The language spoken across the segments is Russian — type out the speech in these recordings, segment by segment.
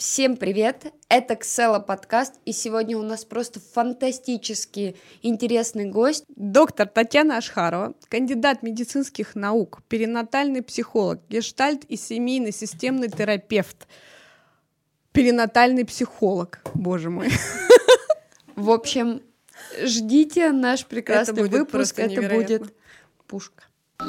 Всем привет! Это Ксела подкаст, и сегодня у нас просто фантастически интересный гость. Доктор Татьяна Ашхарова, кандидат медицинских наук, перинатальный психолог, гештальт и семейный системный терапевт. Перинатальный психолог, боже мой. В общем, ждите наш прекрасный выпуск, это будет пушка.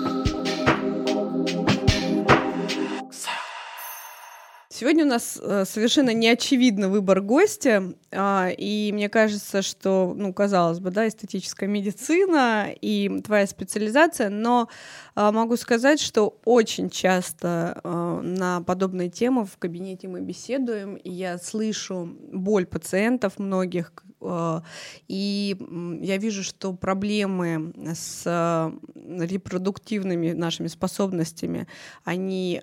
Сегодня у нас совершенно неочевидный выбор гостя, и мне кажется, что, казалось бы, да, эстетическая медицина и твоя специализация, но могу сказать, что очень часто на подобные темы в кабинете мы беседуем, и я слышу боль пациентов многих, и я вижу, что проблемы с репродуктивными нашими способностями, они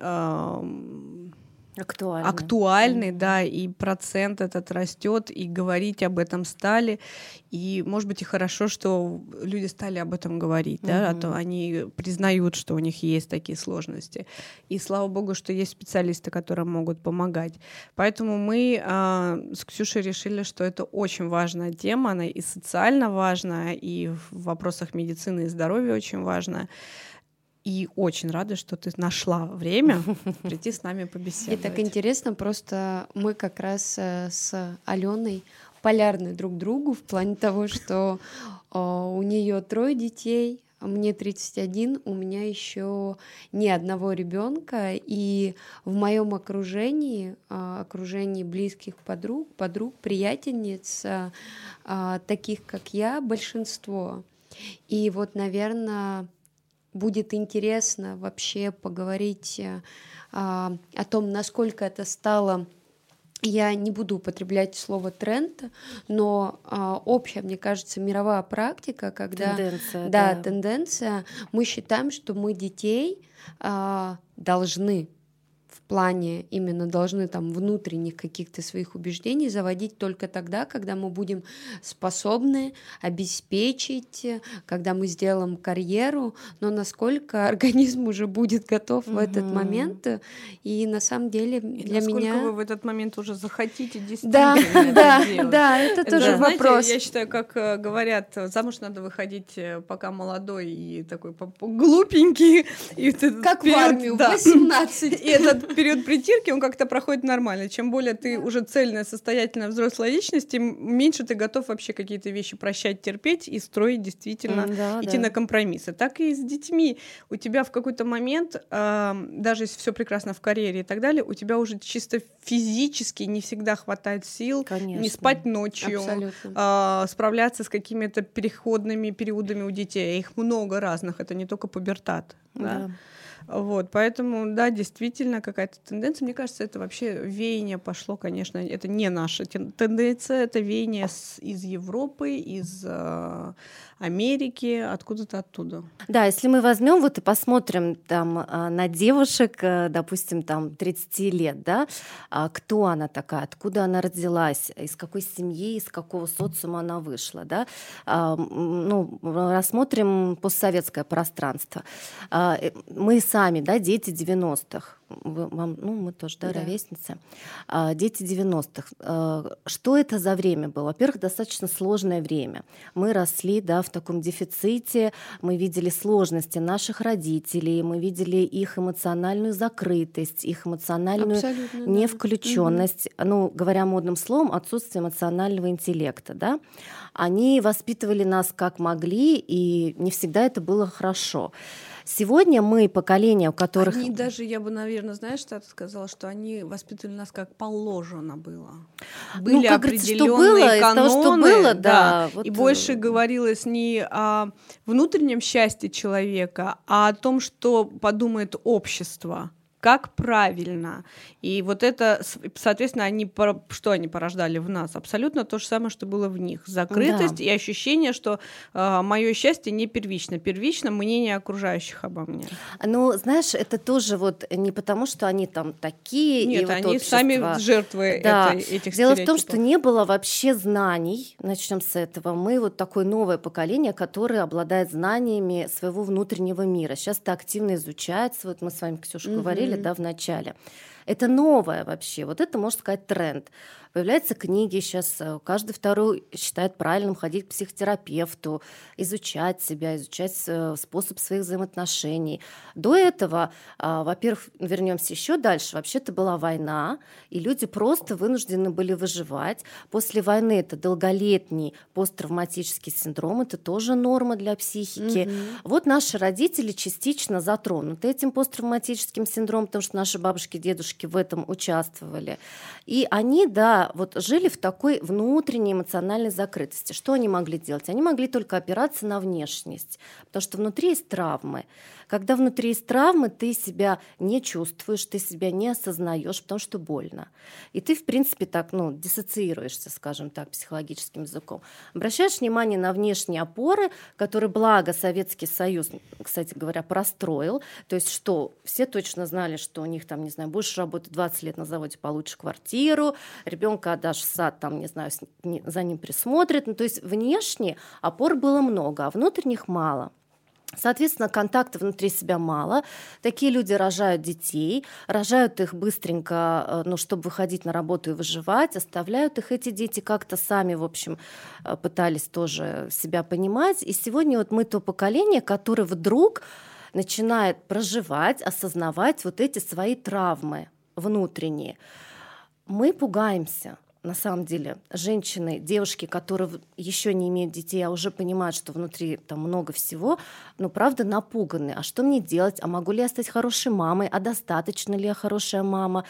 актуальны, да, и процент этот растет, и говорить об этом стали, и, может быть, и хорошо, что люди стали об этом говорить, да, а то они признают, что у них есть такие сложности, и слава богу, что есть специалисты, которые могут помогать. Поэтому мы с Ксюшей решили, что это очень важная тема, она и социально важная, и в вопросах медицины и здоровья очень важная. И очень рада, что ты нашла время прийти с нами побеседовать. И так интересно, просто мы как раз с Аленой полярны друг другу в плане того, что у нее 3 детей, мне 31, у меня еще ни одного ребенка, и в моем окружении близких подруг, приятельниц, таких как я, большинство. И вот, наверное, будет интересно вообще поговорить о том, насколько это стало, я не буду употреблять слово тренд, но общая, мне кажется, мировая практика, когда тенденция, мы считаем, что мы детей должны в плане именно должны там внутренних каких-то своих убеждений заводить только тогда, когда мы будем способны обеспечить, когда мы сделаем карьеру, но насколько организм уже будет готов в этот момент, и на самом деле для насколько меня... вы в этот момент уже захотите действительно делать. Да, это тоже вопрос. Я считаю, как говорят, замуж надо выходить пока молодой и такой глупенький. Как в армию, 18. И этот период притирки, он как-то проходит нормально. Чем более ты уже цельная, состоятельная взрослая личность, тем меньше ты готов вообще какие-то вещи прощать, терпеть и строить действительно, идти на компромиссы. Так и с детьми. У тебя в какой-то момент, даже если все прекрасно в карьере и так далее, у тебя уже чисто физически не всегда хватает сил не спать ночью, справляться с какими-то переходными периодами у детей. Их много разных, это не только пубертат. Да? Вот, поэтому, да, действительно какая-то тенденция. Мне кажется, это вообще веяние пошло, конечно, это не наша тенденция, это веяние из Европы, из Америки, откуда-то оттуда. Да, если мы возьмем вот и посмотрим там на девушек, допустим, там 30 лет, да, кто она такая, откуда она родилась, из какой семьи, из какого социума она вышла, да, рассмотрим постсоветское пространство. Мы сами, да, дети 90-х, мы тоже, да, ровесницы, дети 90-х. Что это за время было? Во-первых, достаточно сложное время. Мы росли, да, в таком дефиците, мы видели сложности наших родителей, мы видели их эмоциональную закрытость, их эмоциональную невключенность, говоря модным словом, отсутствие эмоционального интеллекта, да. Они воспитывали нас как могли, и не всегда это было хорошо. Сегодня мы поколение, у которых... Они даже, я бы, наверное, знаешь, что ты сказала, что они воспитывали нас как положено было. Были определенные каноны, из того, что было, да. И больше говорилось не о внутреннем счастье человека, а о том, что подумает общество. Как правильно. И вот это, соответственно, что они порождали в нас? Абсолютно то же самое, что было в них. Закрытость и ощущение, что мое счастье не первично. Первично мнение окружающих обо мне. Ну, знаешь, это тоже вот не потому, что они там такие. Нет, и они вот сами жертвы этих Дело стереотипов. в том, что не было вообще знаний, начнем с этого. Мы вот такое новое поколение, которое обладает знаниями своего внутреннего мира. Сейчас это активно изучается. Вот мы с вами, Ксюша, говорили, да, в начале. Это новое вообще. Вот это, можно сказать, тренд. Появляются книги сейчас, каждый второй считает правильным ходить к психотерапевту, изучать себя, изучать способ своих взаимоотношений. До этого, во-первых, вернемся еще дальше, вообще-то была война, и люди просто вынуждены были выживать. После войны это долголетний посттравматический синдром, это тоже норма для психики. Вот наши родители частично затронуты этим посттравматическим синдромом, потому что наши бабушки, дедушки в этом участвовали. И они, да, вот жили в такой внутренней эмоциональной закрытости. Что они могли делать? Они могли только опираться на внешность, потому что внутри есть травмы. Когда внутри есть травмы, ты себя не чувствуешь, ты себя не осознаешь, потому что больно. И ты, в принципе, так, диссоциируешься, скажем так, психологическим языком. Обращаешь внимание на внешние опоры, которые, благо, Советский Союз, кстати говоря, простроил. То есть что? Все точно знали, что у них там, не знаю, будешь работать 20 лет на заводе, получишь квартиру, ребенка отдашь в сад, там, не знаю, за ним присмотрят. То есть внешне опор было много, а внутренних мало. Соответственно, контакта внутри себя мало. Такие люди рожают детей, рожают их быстренько, чтобы выходить на работу и выживать, оставляют их. Эти дети как-то сами, в общем, пытались тоже себя понимать. И сегодня вот мы то поколение, которое вдруг начинает проживать, осознавать вот эти свои травмы внутренние. Мы пугаемся. На самом деле, женщины, девушки, которые еще не имеют детей, а уже понимают, что внутри там много всего, правда, напуганы. А что мне делать? А могу ли я стать хорошей мамой? А достаточно ли я хорошая мама?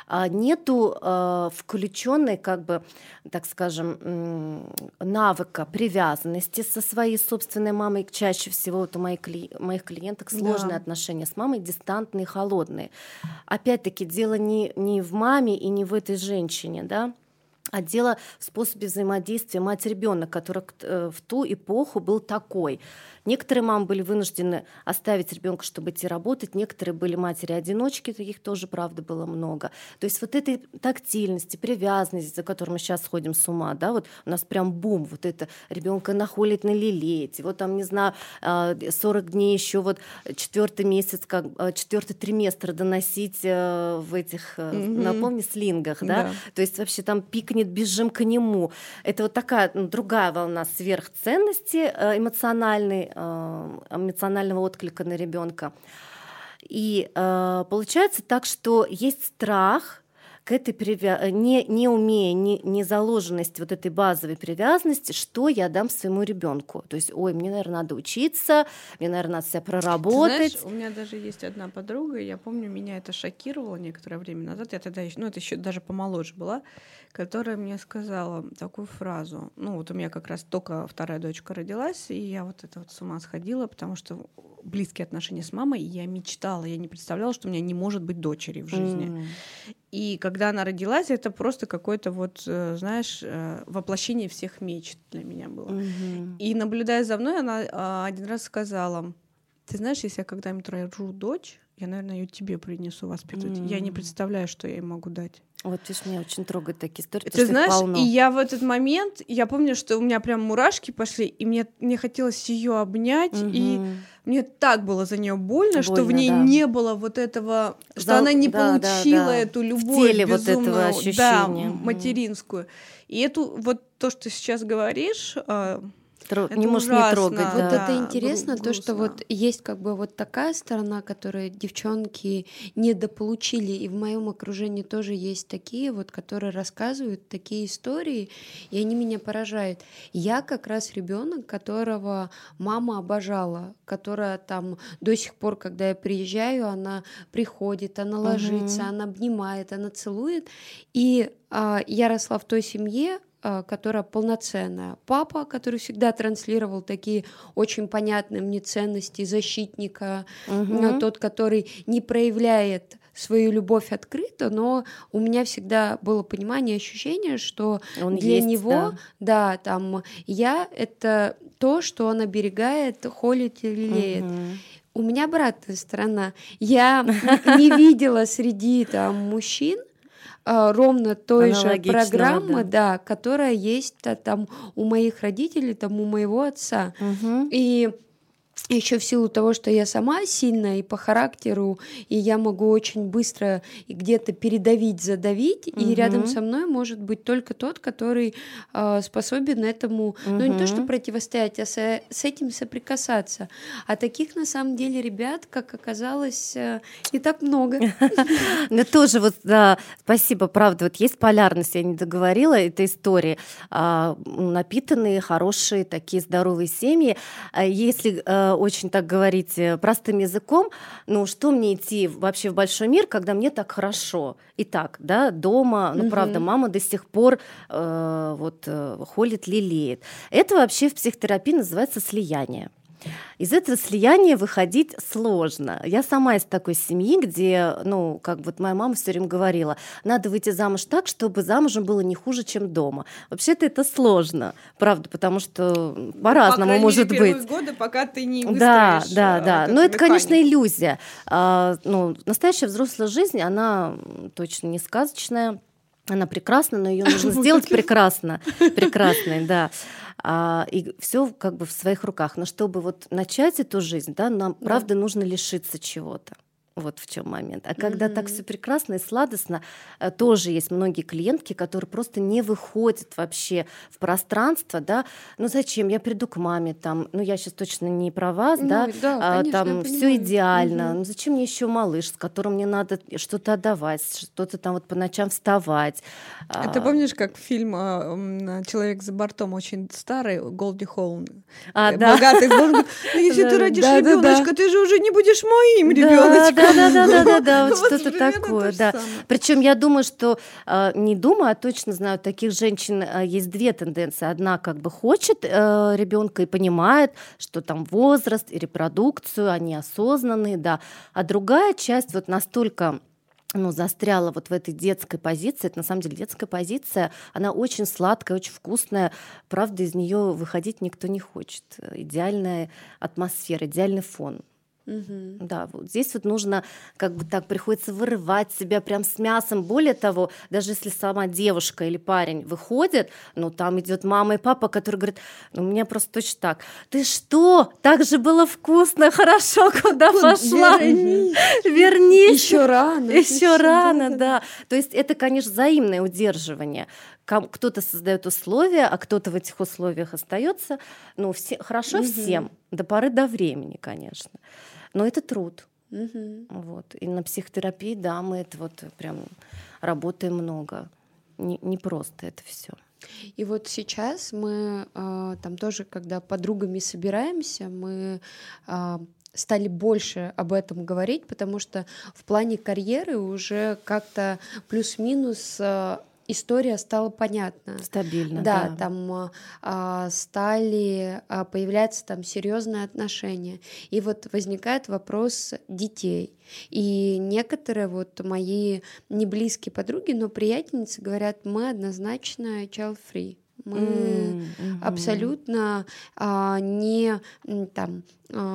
Нету включенной, так скажем, навыка привязанности со своей собственной мамой. Чаще всего вот у моих клиенток сложные отношения с мамой, дистантные, холодные. Опять-таки, дело не в маме и не в этой женщине, да? А дело в способе взаимодействия мать-ребенок, который в ту эпоху был такой. Некоторые мамы были вынуждены оставить ребенка, чтобы идти работать, некоторые были матери-одиночки, таких тоже, правда, было много. То есть вот этой тактильности, привязанности, за которой мы сейчас сходим с ума, да, вот у нас прям бум, вот это ребенка нахвалить, налелеять, вот там, не знаю, 40 дней еще вот 4-й месяц, 4-й триместр доносить в этих, напомни, слингах, да? То есть вообще там пикнет, бежим к нему. Это вот такая другая волна сверхценности эмоционального отклика на ребенка. И получается так, что есть страх к этой не умея, не заложенность вот этой базовой привязанности, что я дам своему ребенку. То есть, мне, наверное, надо учиться, мне, наверное, надо себя проработать. Ты знаешь, у меня даже есть одна подруга, я помню, меня это шокировало некоторое время назад, я тогда еще, это еще даже помоложе была, которая мне сказала такую фразу. Вот у меня как раз только вторая дочка родилась, и я вот это вот с ума сходила, потому что близкие отношения с мамой, я мечтала, я не представляла, что у меня не может быть дочери в жизни. И когда она родилась, это просто какое-то воплощение всех мечт для меня было. И наблюдая за мной, она один раз сказала: ты знаешь, если я когда-нибудь рожу дочь, я, наверное, ее тебе принесу воспитывать. Я не представляю, что я ей могу дать. Вот, видишь, меня очень трогают такие истории. Ты знаешь, и я в этот момент, я помню, что у меня прям мурашки пошли, и мне хотелось ее обнять, и мне так было за нее больно, что в ней не было вот этого, что она не получила эту любовь безумную, материнскую. И эту вот то, что ты сейчас говоришь, не можешь не трогать. Вот это интересно, то, что вот есть вот такая сторона, которую девчонки недополучили, и в моем окружении тоже есть такие вот, которые рассказывают такие истории, и они меня поражают. Я как раз ребенок, которого мама обожала, которая там до сих пор, когда я приезжаю, она приходит, она ложится, она обнимает, она целует, и я росла в той семье, которая полноценная. Папа, который всегда транслировал такие очень понятные мне ценности защитника, тот, который не проявляет свою любовь открыто, но у меня всегда было понимание, ощущение, что он для него, там я — это то, что он оберегает, холит и лелеет. У меня обратная сторона. Я не видела среди мужчин ровно той же программы, которая есть там у моих родителей, там у моего отца. И еще в силу того, что я сама сильная и по характеру, и я могу очень быстро где-то передавить, задавить, и рядом со мной может быть только тот, который способен этому, ну не то что противостоять, а с этим соприкасаться. А таких на самом деле ребят, как оказалось, не так много. Ну тоже вот, да, спасибо, правда, вот есть полярность, я не договорила этой истории. Напитанные, хорошие, такие здоровые семьи. Если очень так говорить простым языком, ну что мне идти вообще в большой мир, когда мне так хорошо? И так, да, дома, ну правда, мама до сих пор холит, лелеет. Это вообще в психотерапии называется слияние. Из этого слияния выходить сложно. Я сама из такой семьи, где, ну, как вот моя мама все время говорила, надо выйти замуж так, чтобы замужем было не хуже, чем дома. Вообще-то это сложно, правда, потому что по-разному может быть. Первые годы, пока ты не выстроишь. Да. Но это, конечно, иллюзия. Настоящая взрослая жизнь, она точно не сказочная. Она прекрасна, но ее нужно сделать прекрасной, да. И все как бы в своих руках. Но чтобы вот начать эту жизнь, да, нам, правда, нужно лишиться чего-то. Вот в чем момент. А когда так все прекрасно и сладостно, тоже есть многие клиентки, которые просто не выходят вообще в пространство, да. Ну зачем? Я приду к маме, там, ну я сейчас точно не про вас, конечно, там все идеально. Ну зачем мне еще малыш, с которым мне надо что-то отдавать, что-то там вот по ночам вставать. Это помнишь, как фильм «Человек за бортом», очень старый, Голди Хоун, богатый, если ты родишь ребеночка, ты же уже не будешь моим ребеночком. Да, вот что-то такое, да. Причем я думаю, что не думаю, а точно знаю, таких женщин есть две тенденции. Одна как бы хочет ребенка и понимает, что там возраст и репродукцию, они осознанные, да. А другая часть вот настолько застряла вот в этой детской позиции. Это на самом деле детская позиция, она очень сладкая, очень вкусная. Правда, из нее выходить никто не хочет. Идеальная атмосфера, идеальный фон. Да, вот здесь вот нужно, как бы так, приходится вырывать себя прям с мясом. Более того, даже если сама девушка или парень выходит, ну там идет мама и папа, которые говорят, ну у меня просто точно так. Ты что? Так же было вкусно, хорошо, куда пошла? Вернись. Еще рано, да. То есть это, конечно, взаимное удерживание. Кто-то создает условия, а кто-то в этих условиях остается. Ну, хорошо всем, до поры до времени, конечно. Но это труд. Вот. И на психотерапии, да, мы это вот прям работаем много. Не просто это все. И вот сейчас мы там тоже, когда подругами собираемся, мы стали больше об этом говорить, потому что в плане карьеры уже как-то плюс-минус история стала понятна. Стабильно, да. Там стали появляться там серьезные отношения. И вот возникает вопрос детей. И некоторые вот мои не близкие подруги, но приятельницы говорят, мы однозначно child-free. Мы абсолютно не там...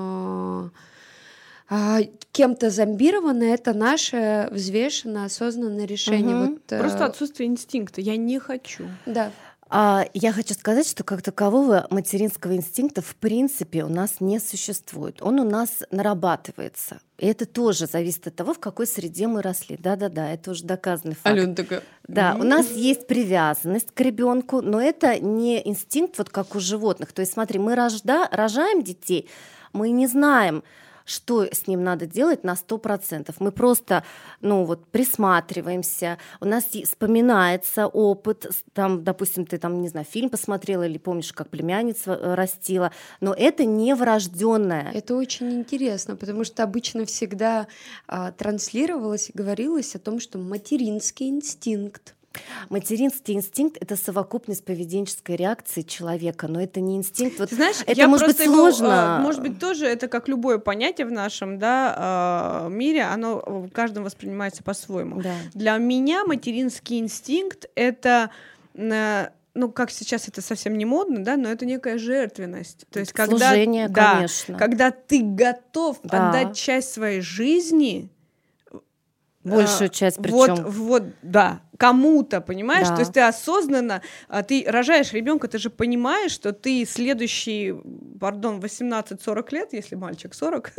кем-то зомбировано, это наше взвешенное, осознанное решение. Просто отсутствие инстинкта. Я не хочу. Да. Я хочу сказать, что как такового материнского инстинкта в принципе у нас не существует. Он у нас нарабатывается. И это тоже зависит от того, в какой среде мы росли. Да, это уже доказанный факт. Алена такая... Да, у нас есть привязанность к ребенку, но это не инстинкт, вот как у животных. То есть смотри, мы рожаем детей, мы не знаем, что с ним надо делать на 100%. Мы просто, присматриваемся, у нас вспоминается опыт, там, допустим, ты там, не знаю, фильм посмотрела или помнишь, как племянница растила, но это не врожденное. Это очень интересно, потому что обычно всегда транслировалось и говорилось о том, что материнский инстинкт. Материнский инстинкт — это совокупность поведенческой реакции человека, но это не инстинкт. Ты знаешь, это может быть сложно. Может быть, тоже это как любое понятие в нашем мире, оно в каждом воспринимается по-своему. Да. Для меня материнский инстинкт — это... как сейчас это совсем не модно, да, но это некая жертвенность. То есть, служение, конечно. Когда ты готов отдать часть своей жизни Большую часть причем. Вот, да, кому-то, понимаешь? Да. То есть ты осознанно, ты рожаешь ребенка, ты же понимаешь, что ты следующие, 18-40 лет, если мальчик 40.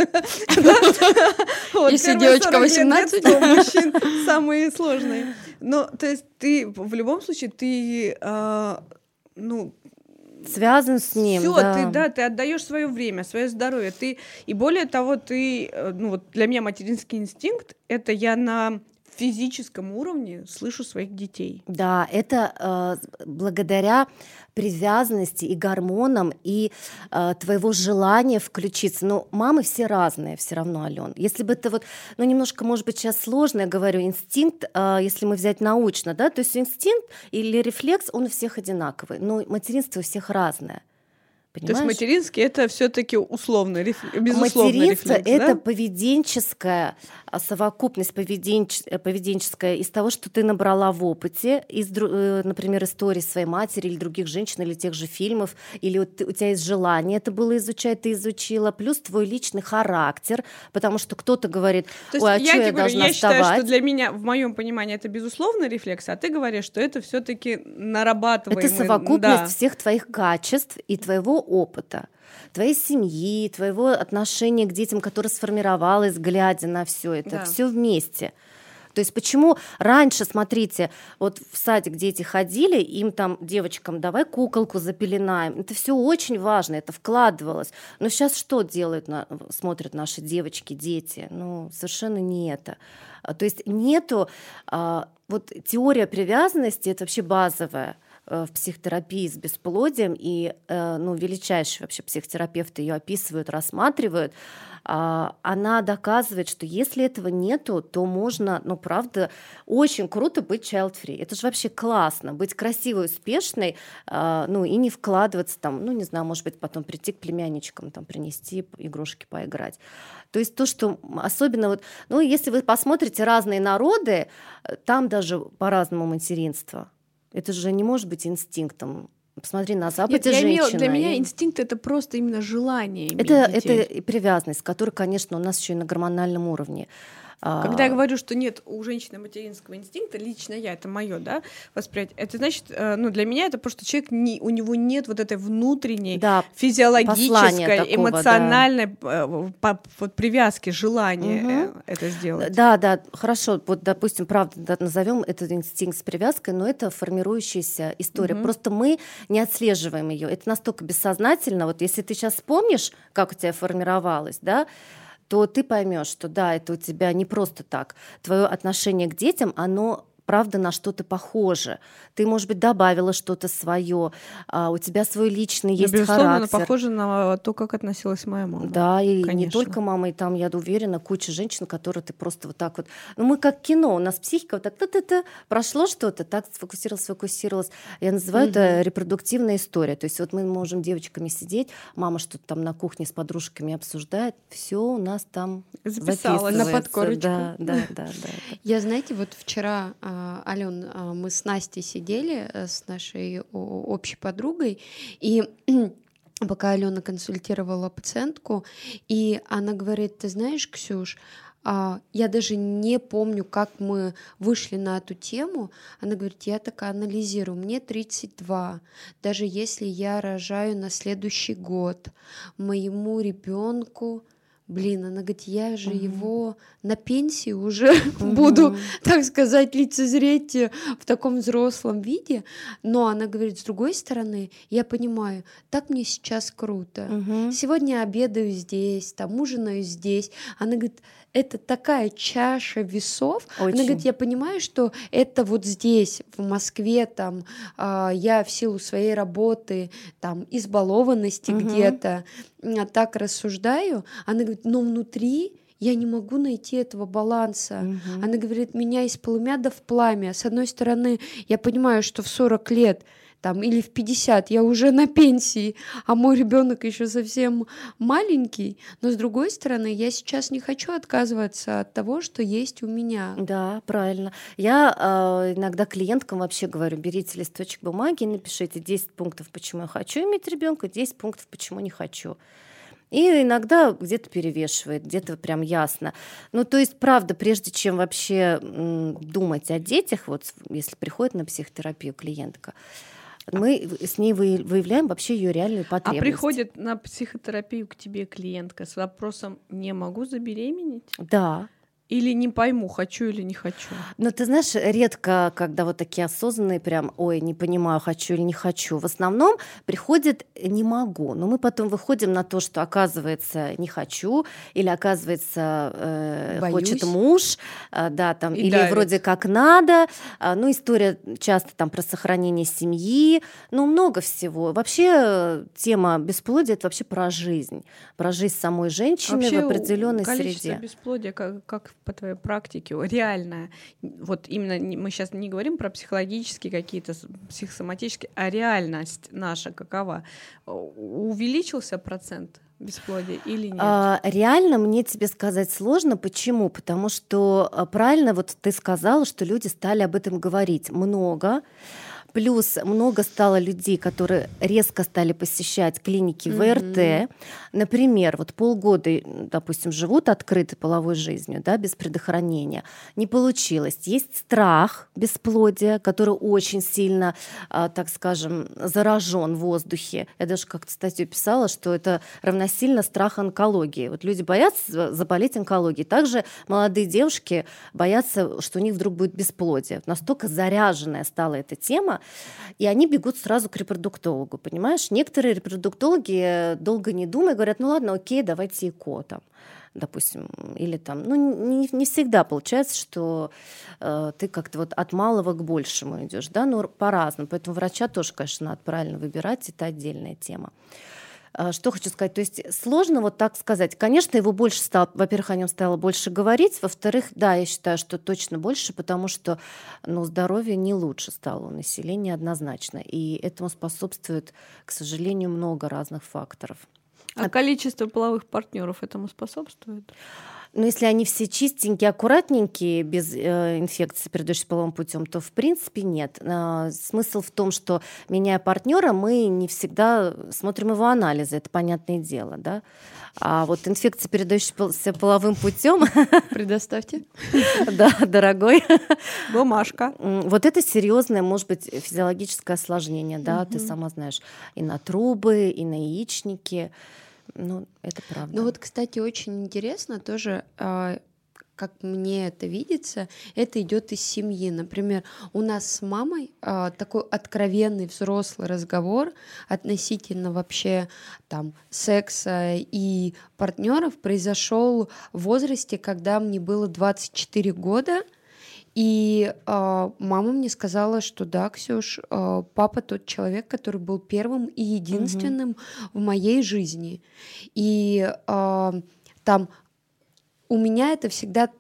Если девочка 18. То мужчин самые сложные. Но, то есть ты в любом случае, ты, связан с ним. Всё, да. ты отдаешь свое время, свое здоровье. И более того, для меня материнский инстинкт — это я на физическом уровне слышу своих детей. Да, это благодаря привязанности и гормонам, и твоего желания включиться. Но мамы все разные все равно, Алён. Если бы это немножко, может быть, сейчас сложно, я говорю, инстинкт, если мы взять научно, да, то есть инстинкт или рефлекс, он у всех одинаковый, но материнство у всех разное. Понимаешь? То есть материнский — это все-таки условный, безусловный материнство рефлекс, это да? поведенческая совокупность поведенческая из того, что ты набрала в опыте, например, истории своей матери или других женщин, или тех же фильмов, или у тебя есть желание это было изучать, ты изучила, плюс твой личный характер, потому что кто-то говорит, ой, а что я должна я считаю, вставать? что для меня, в моем понимании, это безусловный рефлекс, а ты говоришь, что это все-таки нарабатываемый. Это совокупность всех твоих качеств и твоего опыта, твоей семьи, твоего отношения к детям, которое сформировалось, глядя на все это, все вместе. То есть почему раньше, смотрите, вот в садик дети ходили, им там, девочкам, давай куколку запеленаем. Это все очень важно, это вкладывалось. Но сейчас что делают, смотрят наши девочки, дети? Совершенно не это. То есть нету... Вот теория привязанности — это вообще базовая в психотерапии с бесплодием, и величайшие вообще психотерапевты ее описывают, рассматривают. Она доказывает, что если этого нету, то можно, правда, очень круто быть child-free. Это же вообще классно, быть красивой, успешной, и не вкладываться там, не знаю, может быть, потом прийти к племянничкам, там, принести игрушки поиграть. То есть то, что особенно если вы посмотрите разные народы, там даже по-разному материнство. Это же не может быть инстинктом. Посмотри, на Западе женщина. Для меня инстинкт — это просто именно желание иметь детей. Это и привязанность, которая, конечно, у нас еще и на гормональном уровне. Когда я говорю, что нет у женщины материнского инстинкта, лично я, это мое, да, восприятие, это значит, для меня это просто человек, у него нет вот этой внутренней, физиологической, такого, эмоциональной привязки, желания это сделать. Да, хорошо, вот, допустим, правда, назовем этот инстинкт с привязкой, но это формирующаяся история. Просто мы не отслеживаем ее. Это настолько бессознательно. Вот если ты сейчас вспомнишь, как у тебя формировалось, да, то ты поймешь, что да, это у тебя не просто так. Твое отношение к детям, оно правда на что-то похоже. Ты, может быть, добавила что-то свое, у тебя свой личный есть безусловно, характер. Оно похоже на то, как относилась моя мама. Да, и конечно. Не только мама, и там, я уверена, куча женщин, которые ты просто вот так вот... мы как кино, у нас психика вот так прошло что-то, так сфокусировалась. Я называю это репродуктивная история. То есть вот мы можем девочками сидеть, мама что-то там на кухне с подружками обсуждает, все у нас там записалось на подкорочку. Да. Я, знаете, вот вчера, Алён, мы с Настей сидели, с нашей общей подругой, и пока Алена консультировала пациентку, и она говорит, ты знаешь, Ксюш, я даже не помню, как мы вышли на эту тему. Она говорит, я такая анализирую, мне 32, даже если я рожаю на следующий год, моему ребенку... она говорит, я же его на пенсии уже буду, так сказать, лицезреть в таком взрослом виде. Но она говорит, с другой стороны, я понимаю, так мне сейчас круто. Сегодня обедаю здесь, там ужинаю здесь. Она говорит, это такая чаша весов. Очень. Она говорит, я понимаю, что это вот здесь, в Москве, там, я в силу своей работы, там, избалованности где-то так рассуждаю. Она говорит, но внутри я не могу найти этого баланса. Она говорит, меня из полумя в пламя. С одной стороны, я понимаю, что в 40 лет там, или в 50 я уже на пенсии, а мой ребенок еще совсем маленький. Но с другой стороны, я сейчас не хочу отказываться от того, что есть у меня. Да, правильно. Я иногда клиенткам вообще говорю, берите листочек бумаги и напишите 10 пунктов, почему я хочу иметь ребенка, 10 пунктов, почему не хочу. И иногда где-то перевешивает, где-то прям ясно. Ну, то есть, правда, прежде чем вообще думать о детях, вот если приходит на психотерапию клиентка, мы с ней выявляем вообще ее реальную потребность. А приходит на психотерапию к тебе клиентка с вопросом «не могу забеременеть»? Да. Или не пойму, хочу или не хочу? Но ты знаешь, редко, когда вот такие осознанные прям, ой, не понимаю, хочу или не хочу. В основном приходит «не могу». Но мы потом выходим на то, что оказывается не хочу, или оказывается хочет муж, да, там, или давит. Вроде как надо. Ну, история часто там про сохранение семьи, ну, много всего. Вообще тема бесплодия — это вообще про жизнь самой женщины вообще в определенной среде. Количество бесплодия, как по твоей практике, реальное, вот именно мы сейчас не говорим про психологические какие-то, психосоматические, а реальность наша какова? Увеличился процент бесплодия или нет? Реально мне тебе сказать сложно. Почему? Потому что правильно вот ты сказала, что люди стали об этом говорить много. Плюс много стало людей, которые резко стали посещать клиники ВРТ. Например, вот полгода, допустим, живут открытой половой жизнью, да, без предохранения. Не получилось. Есть страх бесплодия, который очень сильно, так скажем, заражен в воздухе. Я даже как-то статью писала, что это равносильно страх онкологии. Вот люди боятся заболеть онкологией. Также молодые девушки боятся, что у них вдруг будет бесплодие. Настолько заряженная стала эта тема, и они бегут сразу к репродуктологу, понимаешь? Некоторые репродуктологи, долго не думая, говорят, ну ладно, окей, давайте ЭКО там, допустим, или там, ну не всегда получается, что ты как-то вот от малого к большему идешь, да, но по-разному, поэтому врача тоже, конечно, надо правильно выбирать, это отдельная тема. Что хочу сказать, то есть сложно вот так сказать. Конечно, его больше стало, во-первых, о нем стало больше говорить, во-вторых, да, я считаю, что точно больше, потому что, ну, здоровье не лучше стало у населения однозначно, и этому способствует, к сожалению, много разных факторов. А количество половых партнеров этому способствует? Но если они все чистенькие, аккуратненькие, без инфекции, передающейся половым путем, то в принципе нет. Смысл в том, что, меняя партнера, мы не всегда смотрим его анализы, это понятное дело, да. А вот инфекция, передающаяся половым путем, предоставьте. Да, дорогой. Бумажка. Вот это серьезное, может быть, физиологическое осложнение, да, ты сама знаешь, и на трубы, и на яичники. Ну, это правда. Ну вот, кстати, очень интересно тоже, как мне это видится, это идет из семьи. Например, у нас с мамой такой откровенный взрослый разговор относительно вообще там секса и партнеров произошел в возрасте, когда мне было 24 года. И мама мне сказала, что да, Ксюш, папа тот человек, который был первым и единственным в моей жизни. И там у меня это всегда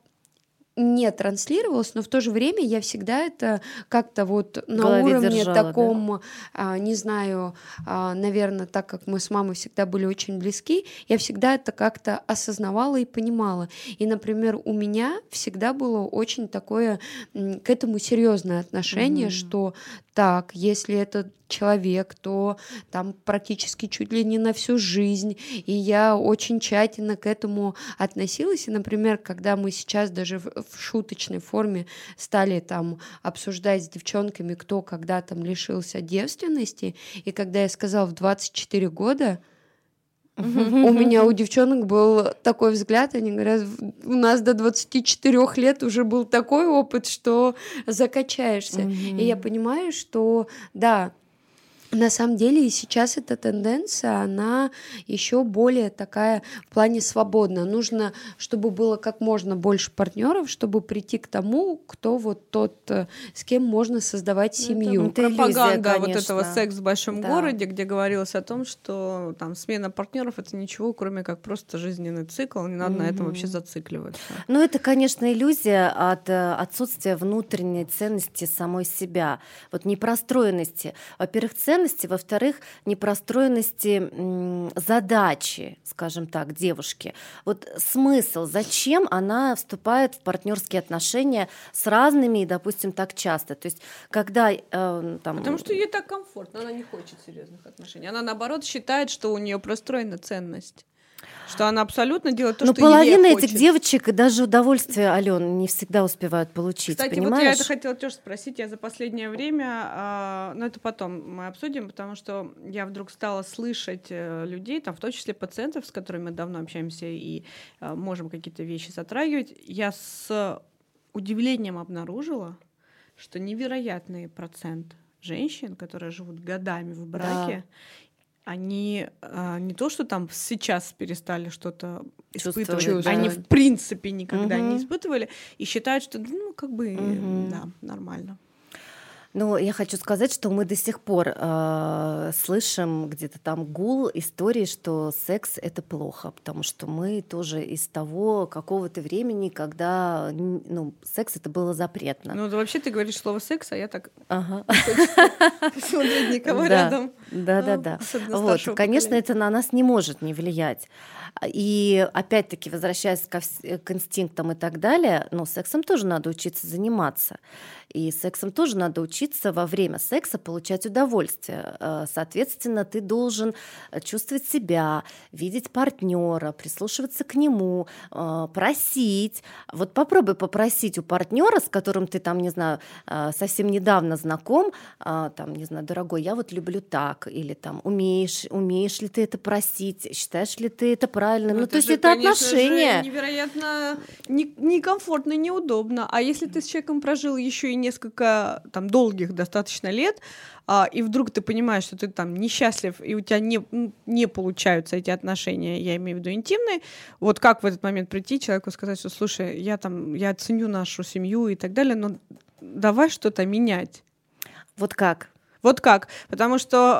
не транслировалось, но в то же время я всегда это как-то вот на уровне держала, таком, да? Не знаю, наверное, так как мы с мамой всегда были очень близки, я всегда это как-то осознавала и понимала. И, например, у меня всегда было очень такое к этому серьезное отношение, что так, если это человек, то там практически чуть ли не на всю жизнь, и я очень тщательно к этому относилась, и, например, когда мы сейчас даже в шуточной форме стали там обсуждать с девчонками, кто когда там лишился девственности, и когда я сказала в 24 года, у меня у девчонок был такой взгляд, они говорят, у нас до 24 лет уже был такой опыт, что закачаешься. И я понимаю, что да, на самом деле и сейчас эта тенденция, она еще более такая в плане свободная. Нужно, чтобы было как можно больше партнеров, чтобы прийти к тому, кто вот тот, с кем можно создавать семью. Это пропаганда иллюзия, вот этого «Секс в большом городе», где говорилось о том, что там смена партнеров — это ничего, кроме как просто жизненный цикл, не надо на этом вообще зацикливаться. Ну, это, конечно, иллюзия от отсутствия внутренней ценности самой себя, вот непростроенности. Во-первых, ценности, во-вторых, непростроенности задачи, скажем так, девушки. Вот смысл, зачем она вступает в партнерские отношения с разными и, допустим, так часто. То есть, когда там... Потому что ей так комфортно, она не хочет серьезных отношений. Она, наоборот, считает, что у нее простроена ценность. Что она абсолютно делает то, что половина ей этих хочется. девочек и даже удовольствие, Алён, не всегда успевают получить. Кстати, понимаешь? вот я это хотела тоже спросить. Я за последнее время, но это потом мы обсудим, потому что я вдруг стала слышать людей, там, в том числе пациентов, с которыми мы давно общаемся и можем какие-то вещи затрагивать. Я с удивлением обнаружила, что невероятный процент женщин, которые живут годами в браке, они не то, что там сейчас перестали что-то испытывать, они в принципе никогда не испытывали и считают, что да, нормально. Ну, я хочу сказать, что мы до сих пор слышим где-то там гул истории, что секс — это плохо, потому что мы тоже из того какого-то времени, когда секс — это было запретно. Ну, вообще ты говоришь слово «секс», а я так посмотреть никого рядом. Да. Вот, конечно, это на нас не может не влиять. И опять-таки, возвращаясь к инстинктам и так далее, сексом тоже надо учиться заниматься. И сексом тоже надо учиться во время секса получать удовольствие. Соответственно, ты должен чувствовать себя, видеть партнера, прислушиваться к нему, просить. Вот попробуй попросить у партнера, с которым ты там, не знаю, совсем недавно знаком, там, не знаю, дорогой, я вот люблю так, или там, умеешь ли ты это просить, считаешь ли ты это правильным? То есть это отношения. Невероятно некомфортно, неудобно. А если ты с человеком прожил еще и несколько там долгих достаточно лет, и вдруг ты понимаешь, что ты там несчастлив, и у тебя не получаются эти отношения, я имею в виду интимные, вот как в этот момент прийти человеку и сказать, что слушай, я ценю нашу семью и так далее, но давай что-то менять. Вот как? Потому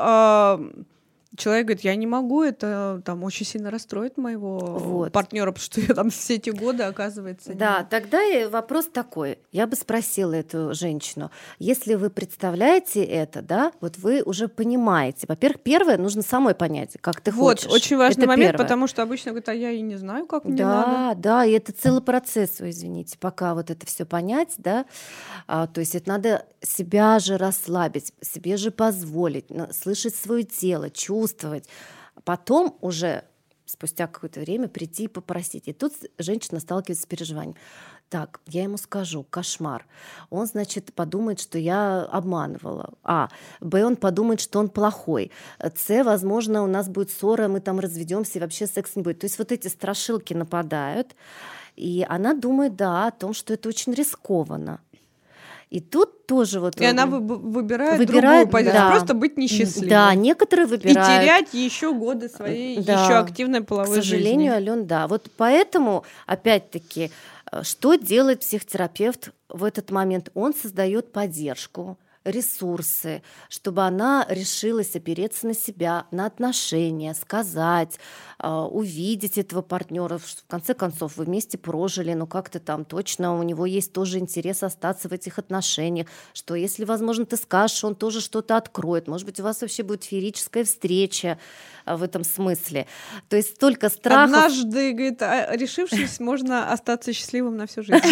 что человек говорит, я не могу, это там очень сильно расстроит моего партнера, потому что я там все эти годы, оказывается. Да, тогда и вопрос такой. Я бы спросила эту женщину, если вы представляете это, да, вот вы уже понимаете. Во-первых, первое, нужно самой понять, как ты хочешь. Вот, очень важный момент, первое. Потому что обычно говорят, я и не знаю, как мне надо. Да, и это целый процесс, извините, пока вот это все понять, да. То есть это надо себя же расслабить, себе же позволить, слышать свое тело, чувствовать. Потом уже спустя какое-то время прийти и попросить. И тут женщина сталкивается с переживанием. Так, я ему скажу, кошмар. Он, значит, подумает, что я обманывала. Б, он подумает, что он плохой. С, возможно, у нас будет ссора, мы там разведемся и вообще секс не будет. То есть вот эти страшилки нападают, и она думает, о том, что это очень рискованно. И тут тоже вот... И она выбирает другую позицию, просто быть несчастливой. Да, некоторые выбирают. И терять еще годы своей еще активной половой жизни. К сожалению, Алён, да. Вот поэтому, опять-таки, что делает психотерапевт в этот момент? Он создает поддержку, ресурсы, чтобы она решилась опереться на себя, на отношения, сказать, увидеть этого партнера. В конце концов, вы вместе прожили, но как-то там точно у него есть тоже интерес остаться в этих отношениях, что если, возможно, ты скажешь, он тоже что-то откроет. Может быть, у вас вообще будет феерическая встреча в этом смысле. То есть столько страхов. Однажды, говорит, решившись, можно остаться счастливым на всю жизнь.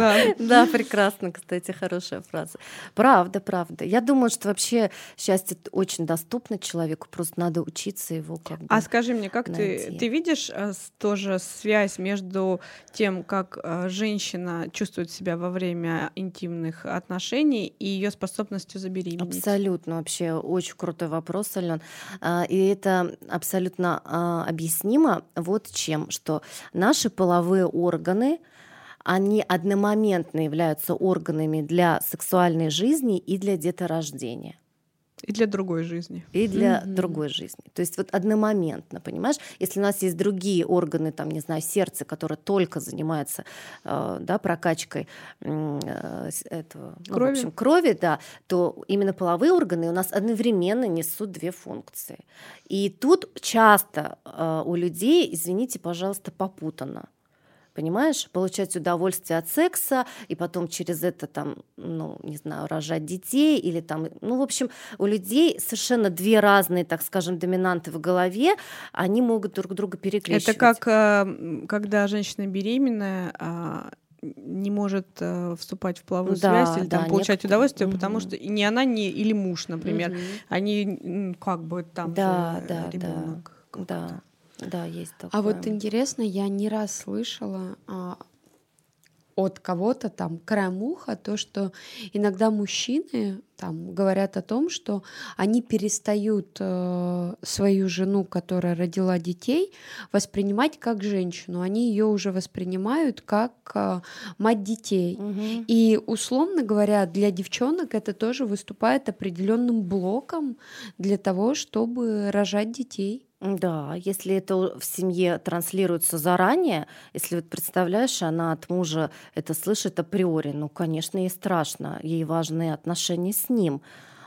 Да, прекрасно, кстати, хорошая фраза. Правда. Я думаю, что вообще счастье очень доступно человеку, просто надо учиться его как бы. А скажи мне, как ты видишь тоже связь между тем, как женщина чувствует себя во время интимных отношений и ее способностью забеременеть? Абсолютно, вообще очень крутой вопрос, Алён. И это абсолютно объяснимо вот чем, что наши половые органы, они одномоментно являются органами для сексуальной жизни и для деторождения. И для другой жизни. И для другой жизни. То есть вот одномоментно, понимаешь? Если у нас есть другие органы, там, не знаю, сердце, которое только занимается прокачкой этого, крови. В общем, крови, да, то именно половые органы у нас одновременно несут две функции. И тут часто у людей, извините, пожалуйста, попутано. Понимаешь, получать удовольствие от секса и потом через это там, не знаю, рожать детей или там, в общем, у людей совершенно две разные, так скажем, доминанты в голове, они могут друг друга перекрещивать. Это как когда женщина беременная не может вступать в половую связь или там получать удовольствие, потому что ни она, ни или муж, например, они как бы там же ребенок. Да. Да, есть такое. А вот интересно, я не раз слышала от кого-то там краем уха то, что иногда мужчины там говорят о том, что они перестают свою жену, которая родила детей, воспринимать как женщину. Они ее уже воспринимают как мать детей. Угу. И, условно говоря, для девчонок это тоже выступает определенным блоком для того, чтобы рожать детей. Да, если это в семье транслируется заранее, если вот представляешь, она от мужа это слышит априори, ну, конечно, ей страшно, ей важны отношения с ним.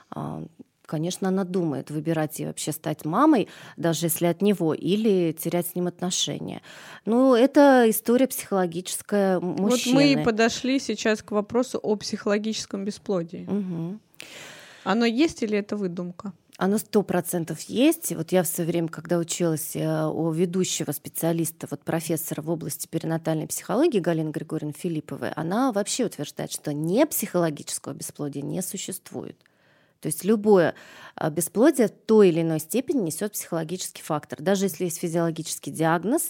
Конечно, она думает, выбирать ей вообще стать мамой, даже если от него, или терять с ним отношения. Ну, это история психологическая мужчины. Вот мы и подошли сейчас к вопросу о психологическом бесплодии. Угу. Оно есть или это выдумка? Оно 100% есть. Вот я в свое время, когда училась у ведущего специалиста, вот профессора в области перинатальной психологии Галины Григорьевны Филипповой, она вообще утверждает, что не психологического бесплодия не существует. То есть любое бесплодие в той или иной степени несет психологический фактор. Даже если есть физиологический диагноз,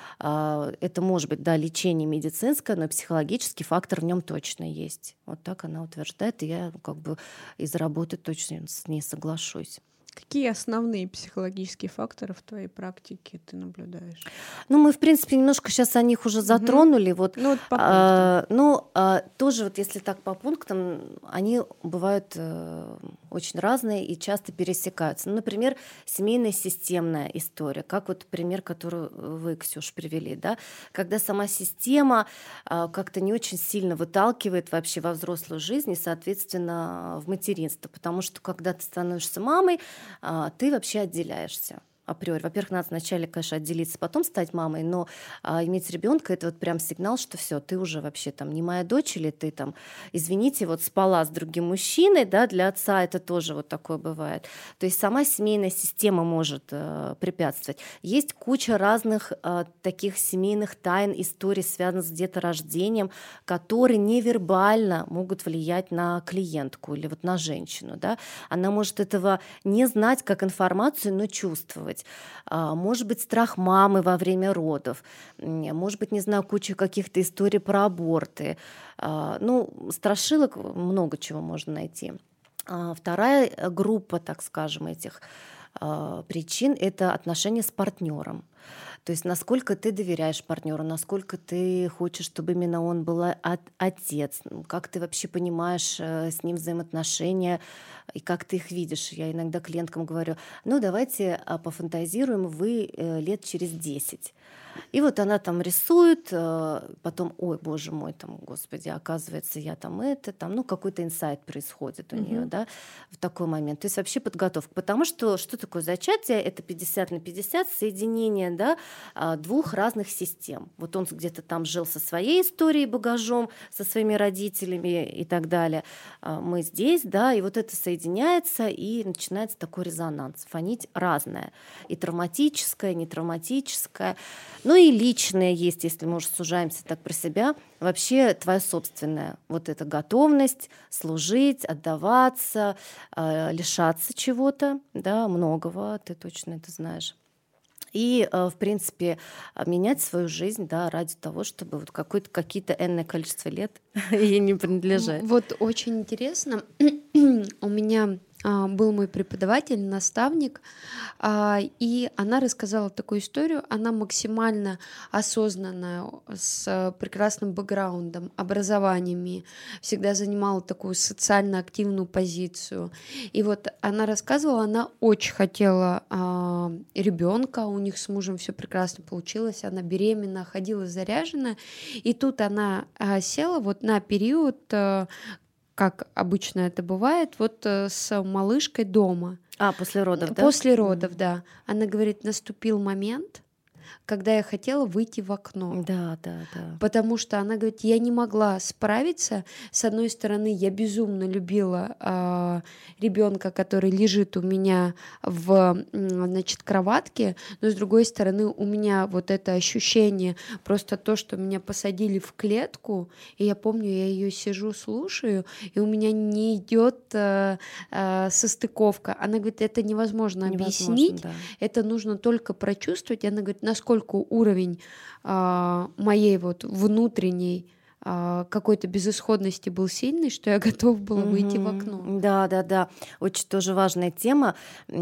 это может быть, да, лечение медицинское, но психологический фактор в нем точно есть. Вот так она утверждает, и я как бы из работы точно с ней соглашусь. Какие основные психологические факторы в твоей практике ты наблюдаешь? Ну, мы, в принципе, немножко сейчас о них уже затронули. Вот, ну, вот по пунктам. Тоже вот если так по пунктам, они бывают очень разные и часто пересекаются. Ну, например, семейная системная история, как вот пример, который вы, Ксюш, привели, да? Когда сама система как-то не очень сильно выталкивает вообще во взрослую жизнь и, соответственно, в материнство. Потому что когда ты становишься мамой, ты вообще отделяешься априори. Во-первых, надо вначале, конечно, отделиться, потом стать мамой, но иметь ребенка это вот прям сигнал, что все, ты уже вообще там не моя дочь, или ты там, извините, вот спала с другим мужчиной, да, для отца это тоже вот такое бывает. То есть сама семейная система может препятствовать. Есть куча разных таких семейных тайн, историй, связанных с деторождением, которые невербально могут влиять на клиентку или вот на женщину, да. Она может этого не знать как информацию, но чувствовать. Может быть, страх мамы во время родов, может быть, не знаю, куча каких-то историй про аборты. Ну, страшилок много чего можно найти. Вторая группа, так скажем, этих причин — это отношения с партнером. То есть насколько ты доверяешь партнеру, насколько ты хочешь, чтобы именно он был отец, как ты вообще понимаешь с ним взаимоотношения и как ты их видишь. Я иногда клиенткам говорю, ну давайте пофантазируем, вы лет через 10. И вот она там рисует, потом, ой, боже мой, там, господи, оказывается, я там это, там, ну, какой-то инсайт происходит у нее, да, в такой момент. То есть вообще подготовка. Потому что такое зачатие? Это 50/50 соединение, да, двух разных систем. Вот он где-то там жил со своей историей, багажом, со своими родителями и так далее. Мы здесь, да, и вот это соединяется, и начинается такой резонанс. Фонить разное. И травматическое, и нетравматическое. Ну и личное есть, если мы уже сужаемся так про себя, вообще твоя собственная вот эта готовность служить, отдаваться, лишаться чего-то, да, многого, ты точно это знаешь. И, в принципе, менять свою жизнь, да, ради того, чтобы вот какие-то энное количество лет ей не принадлежать. Вот очень интересно. У меня был мой преподаватель, наставник, и она рассказала такую историю. Она максимально осознанная, с прекрасным бэкграундом, образованиями, всегда занимала такую социально активную позицию. И вот она рассказывала, она очень хотела ребенка, у них с мужем все прекрасно получилось, она беременна, ходила заряженная, и тут она села вот на период, как обычно это бывает, вот с малышкой дома. После родов, да? После родов, да. Она говорит, наступил момент, когда я хотела выйти в окно. Да. Потому что она говорит, я не могла справиться. С одной стороны, я безумно любила ребенка, который лежит у меня в, значит, кроватке, но с другой стороны, у меня вот это ощущение, просто то, что меня посадили в клетку, и я помню, я ее сижу, слушаю, и у меня не идет состыковка. Она говорит, это невозможно объяснить, да. Это нужно только прочувствовать. И она говорит, насколько уровень моей вот внутренней какой-то безысходности был сильный, что я готова была выйти в окно. Да. Очень тоже важная тема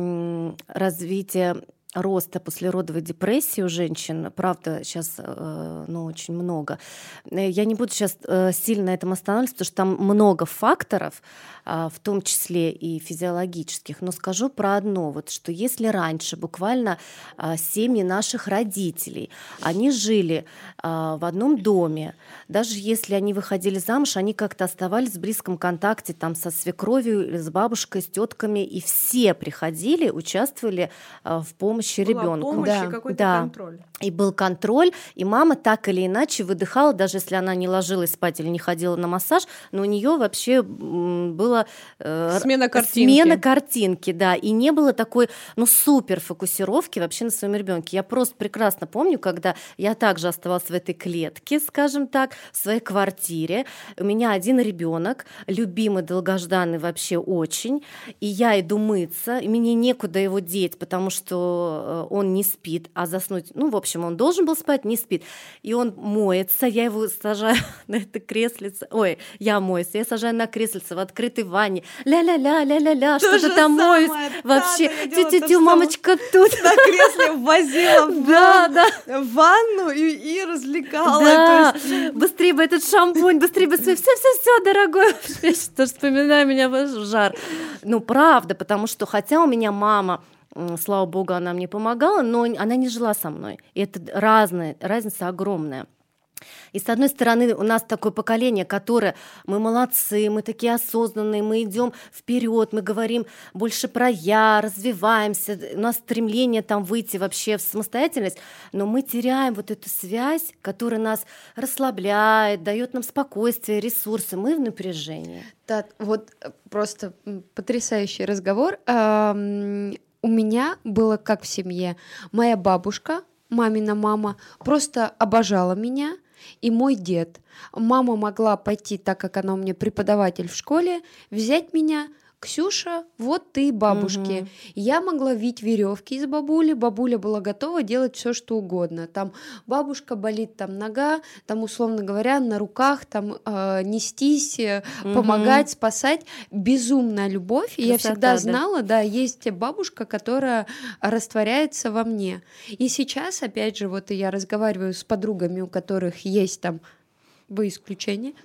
развития роста послеродовой депрессии у женщин, правда, сейчас очень много. Я не буду сейчас сильно на этом останавливаться, потому что там много факторов, в том числе и физиологических, но скажу про одно, вот, что если раньше буквально семьи наших родителей, они жили в одном доме, даже если они выходили замуж, они как-то оставались в близком контакте там, со свекровью, с бабушкой, с тетками, и все приходили, участвовали в помощи ребенку. Помощь и какой-то контроль. И был контроль, и мама так или иначе выдыхала, даже если она не ложилась спать или не ходила на массаж, но у нее вообще была смена картинки, да, и не было такой, супер фокусировки вообще на своем ребенке. Я просто прекрасно помню, когда я также оставалась в этой клетке, скажем так, в своей квартире. У меня один ребенок, любимый, долгожданный вообще очень, и я иду мыться, и мне некуда его деть, потому что он не спит, а заснуть, в общем, он должен был спать, не спит. И он моется, я его сажаю на это креслице, я моюсь, я сажаю на креслице в открытой ванне, ля-ля-ля, что-то там моюсь, вообще, тю-тю-тю, мамочка тут. На кресле возила в ванну и развлекала. Да, быстрее бы этот шампунь, быстрее бы все, дорогой. Я что вспоминаю, меня в жар. Правда, потому что, хотя у меня мама, слава богу, она мне помогала, но она не жила со мной. И это разница огромная. И с одной стороны, у нас такое поколение, которое мы молодцы, мы такие осознанные, мы идем вперед, мы говорим больше про я, развиваемся, у нас стремление там выйти вообще в самостоятельность, но мы теряем вот эту связь, которая нас расслабляет, дает нам спокойствие, ресурсы, мы в напряжении. Да, вот просто потрясающий разговор. У меня было как в семье. Моя бабушка, мамина мама, просто обожала меня, и мой дед. Мама могла пойти, так как она у меня преподаватель в школе, взять меня: Ксюша, вот ты бабушки. Я могла вить веревки из бабули, бабуля была готова делать все, что угодно. Там бабушка болит, там нога, там, условно говоря, на руках, там нестись, помогать, спасать. Безумная любовь. И я всегда знала, да, есть бабушка, которая растворяется во мне. И сейчас, опять же, вот я разговариваю с подругами, у которых есть там, вы исключение.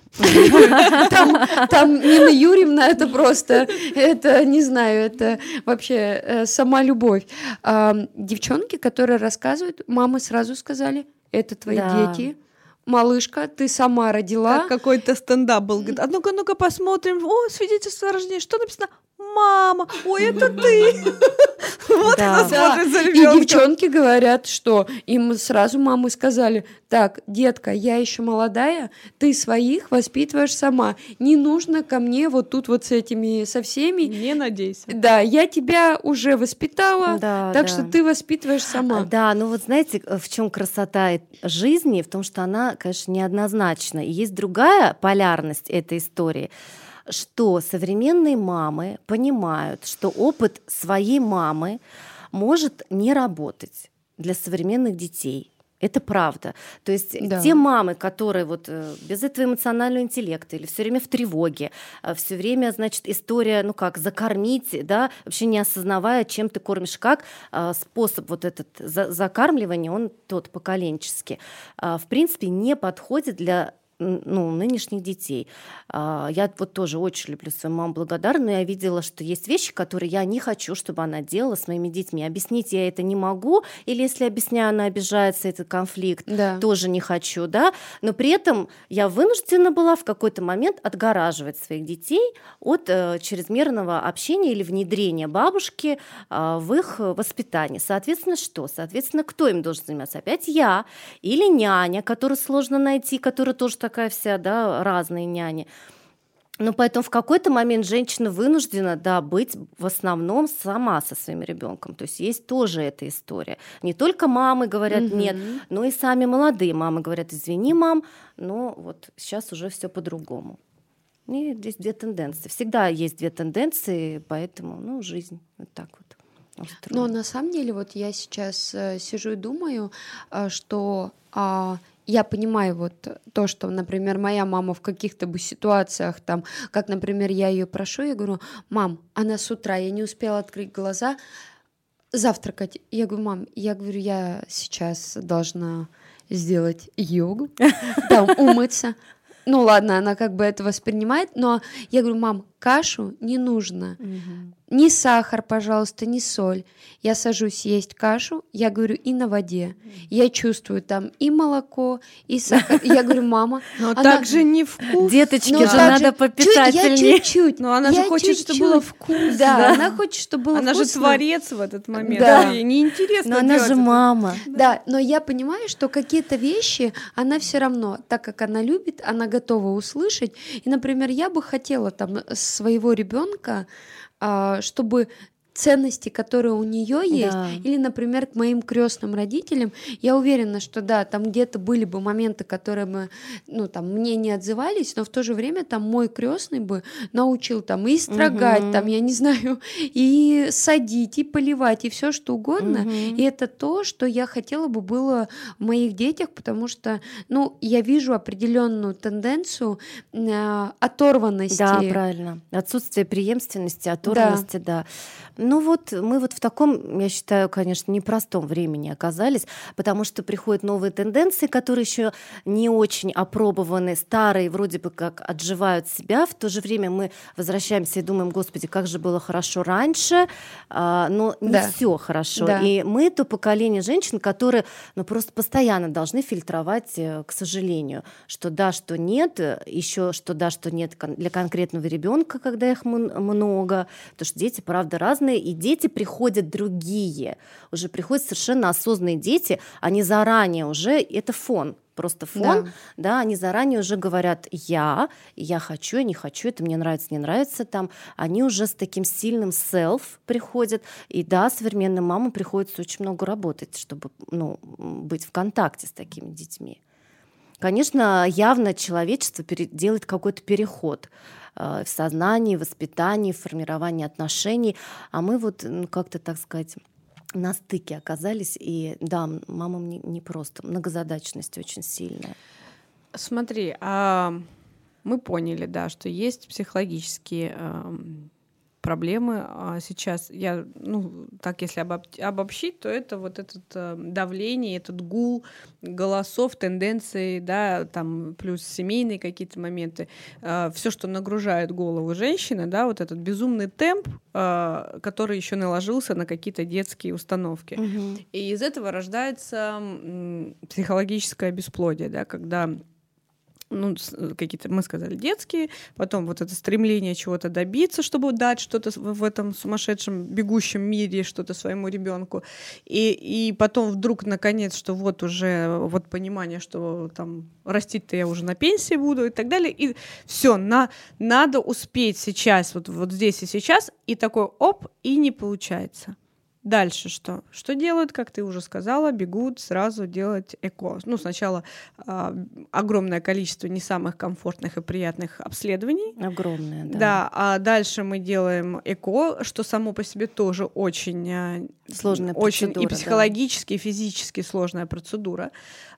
Там Нина Юрьевна, это просто, это, не знаю, это вообще сама любовь. Девчонки, которые рассказывают, мамы сразу сказали: это твои дети. Малышка, ты сама родила. Как какой-то стендап был. Говорит, ну-ка посмотрим. О, свидетельство о рождении. Что написано? Мама, ой, это ты. Вот она смотрит за ребенком. И девчонки говорят, что им сразу мамы сказали: так, детка, я еще молодая, ты своих воспитываешь сама. Не нужно ко мне вот тут вот со всеми. Не надейся. Да, я тебя уже воспитала, так что ты воспитываешь сама. Да, вот знаете, в чем красота жизни? В том, что она, конечно, неоднозначна. И есть другая полярность этой истории, что современные мамы понимают, что опыт своей мамы может не работать для современных детей. Это правда. То есть те мамы, которые вот без этого эмоционального интеллекта или все время в тревоге, все время, значит, история, закормить, да, вообще не осознавая, чем ты кормишь, как способ вот этот закармливания, он тот поколенческий, в принципе, не подходит для нынешних детей. Я вот тоже очень люблю свою маму, благодарна, но я видела, что есть вещи, которые я не хочу, чтобы она делала с моими детьми. Объяснить я это не могу, или если объясняю, она обижается, это конфликт, тоже не хочу, да, но при этом я вынуждена была в какой-то момент отгораживать своих детей от чрезмерного общения или внедрения бабушки в их воспитание. Соответственно, что? Соответственно, кто им должен заниматься? Опять я или няня, которую сложно найти, которая тоже такая вся, да, разные няни. Ну, поэтому в какой-то момент женщина вынуждена, да, быть в основном сама со своим ребенком. То есть тоже эта история. Не только мамы говорят нет, но и сами молодые мамы говорят: извини, мам, но вот сейчас уже все по-другому. И здесь две тенденции. Всегда есть две тенденции, поэтому, жизнь вот так вот устроена. Но на самом деле вот я сейчас сижу и думаю, что я понимаю вот то, что, например, моя мама в каких-то бы ситуациях, там, как, например, я ее прошу, я говорю: мам, она с утра, я не успела открыть глаза, завтракать. Я говорю: мам, я сейчас должна сделать йогу, там, умыться. Ну ладно, она как бы это воспринимает, но я говорю: мам, кашу не нужно. Ни сахар, пожалуйста, ни соль. Я сажусь есть кашу, я говорю, и на воде. Я чувствую там и молоко, и сахар. Я говорю: мама... Но так же не вкус. Деточки же надо попитательнее. Я чуть-чуть. Но она же хочет, чтобы было вкус. Да, она хочет, чтобы было вкусно. Она же творец в этот момент. Да. Ей неинтересно. Но она же мама. Да, но я понимаю, что какие-то вещи она все равно, так как она любит, она готова услышать. И, например, я бы хотела там своего ребенка, чтобы ценности, которые у нее есть, или, например, к моим крестным родителям, я уверена, что да, там где-то были бы моменты, которые бы, мне не отзывались, но в то же время там мой крестный бы научил там и строгать, там, я не знаю, и садить, и поливать, и все что угодно, и это то, что я хотела бы было в моих детях, потому что, я вижу определенную тенденцию оторванности. Да, правильно. Отсутствие преемственности, оторванности, да. Мы вот в таком, я считаю, конечно, непростом времени оказались, потому что приходят новые тенденции, которые еще не очень опробованы, старые вроде бы как отживают себя, в то же время мы возвращаемся и думаем: господи, как же было хорошо раньше, но не все хорошо. Да. И мы то поколение женщин, которые просто постоянно должны фильтровать, к сожалению, что да, что нет, еще что да, что нет для конкретного ребенка, когда их много, потому что дети, правда, разные, и дети приходят другие, уже приходят совершенно осознанные дети, они заранее уже, это фон, просто фон, да, они заранее уже говорят: я хочу, я не хочу, это мне нравится, не нравится, там, они уже с таким сильным self приходят, и да, современным мамам приходится очень много работать, чтобы, быть в контакте с такими детьми. Конечно, явно человечество делает какой-то переход в сознании, в воспитании, в формировании отношений, а мы вот как-то, так сказать, на стыке оказались, и да, мамам не просто, многозадачность очень сильная. Смотри, мы поняли, да, что есть психологические проблемы сейчас. Так, если обобщить, то это вот это давление, этот гул голосов, тенденций, да, там плюс семейные какие-то моменты, все, что нагружает голову женщины, да, вот этот безумный темп, который еще наложился на какие-то детские установки. И из этого рождается психологическое бесплодие, да, когда какие-то, мы сказали, детские, потом вот это стремление чего-то добиться, чтобы дать что-то в этом сумасшедшем бегущем мире, что-то своему ребенку, и потом вдруг, наконец, что вот уже вот понимание, что там растить-то я уже на пенсии буду и так далее, и все, надо успеть сейчас, вот здесь и сейчас, и такой оп, и не получается. Дальше что? Что делают, как ты уже сказала, бегут сразу делать ЭКО. Сначала огромное количество не самых комфортных и приятных обследований. Огромное, да. Да, а дальше мы делаем ЭКО, что само по себе тоже очень сложная очень процедура, и психологически, и физически сложная процедура,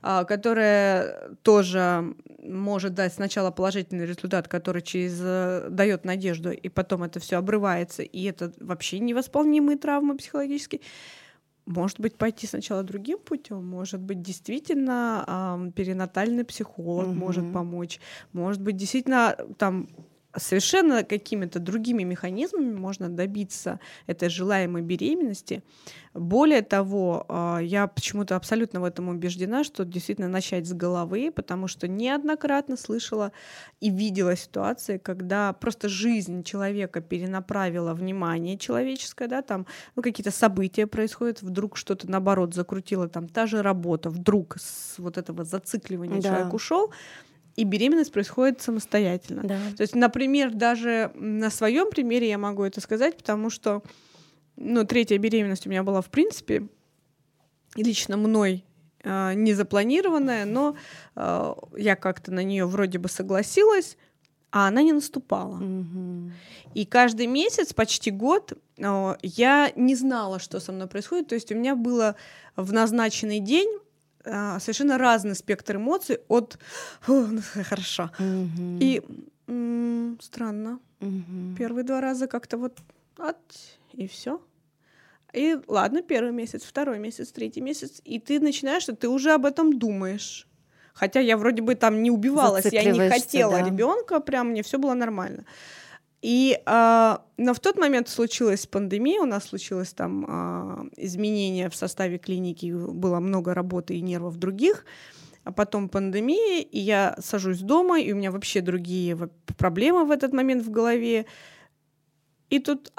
которая тоже может дать сначала положительный результат, который дает надежду, и потом это все обрывается, и это вообще невосполнимые травмы психологические. может быть, пойти сначала другим путем, может быть, действительно перинатальный психолог может помочь, может быть, действительно там совершенно какими-то другими механизмами можно добиться этой желаемой беременности. Более того, я почему-то абсолютно в этом убеждена, что действительно начать с головы, потому что неоднократно слышала и видела ситуации, когда просто жизнь человека перенаправила внимание человеческое, да, там какие-то события происходят, вдруг что-то наоборот закрутило, там та же работа, вдруг с вот этого зацикливания человек ушел, и беременность происходит самостоятельно. Да. То есть, например, даже на своем примере я могу это сказать, потому что третья беременность у меня была, в принципе, лично мной не запланированная, но я как-то на нее вроде бы согласилась, а она не наступала. И каждый месяц, почти год, я не знала, что со мной происходит. То есть у меня было в назначенный день совершенно разный спектр эмоций от «хорошо» и «странно». Первые 2 раза как-то вот и все. И ладно, 1-й месяц, 2-й месяц, 3-й месяц, и ты начинаешь, что ты уже об этом думаешь. Хотя я вроде бы там не убивалась, я не хотела ребенка, прям мне все было нормально. Но в тот момент случилась пандемия, у нас случилось там изменение в составе клиники, было много работы и нервов других, а потом пандемия, и я сажусь дома, и у меня вообще другие проблемы в этот момент в голове, и тут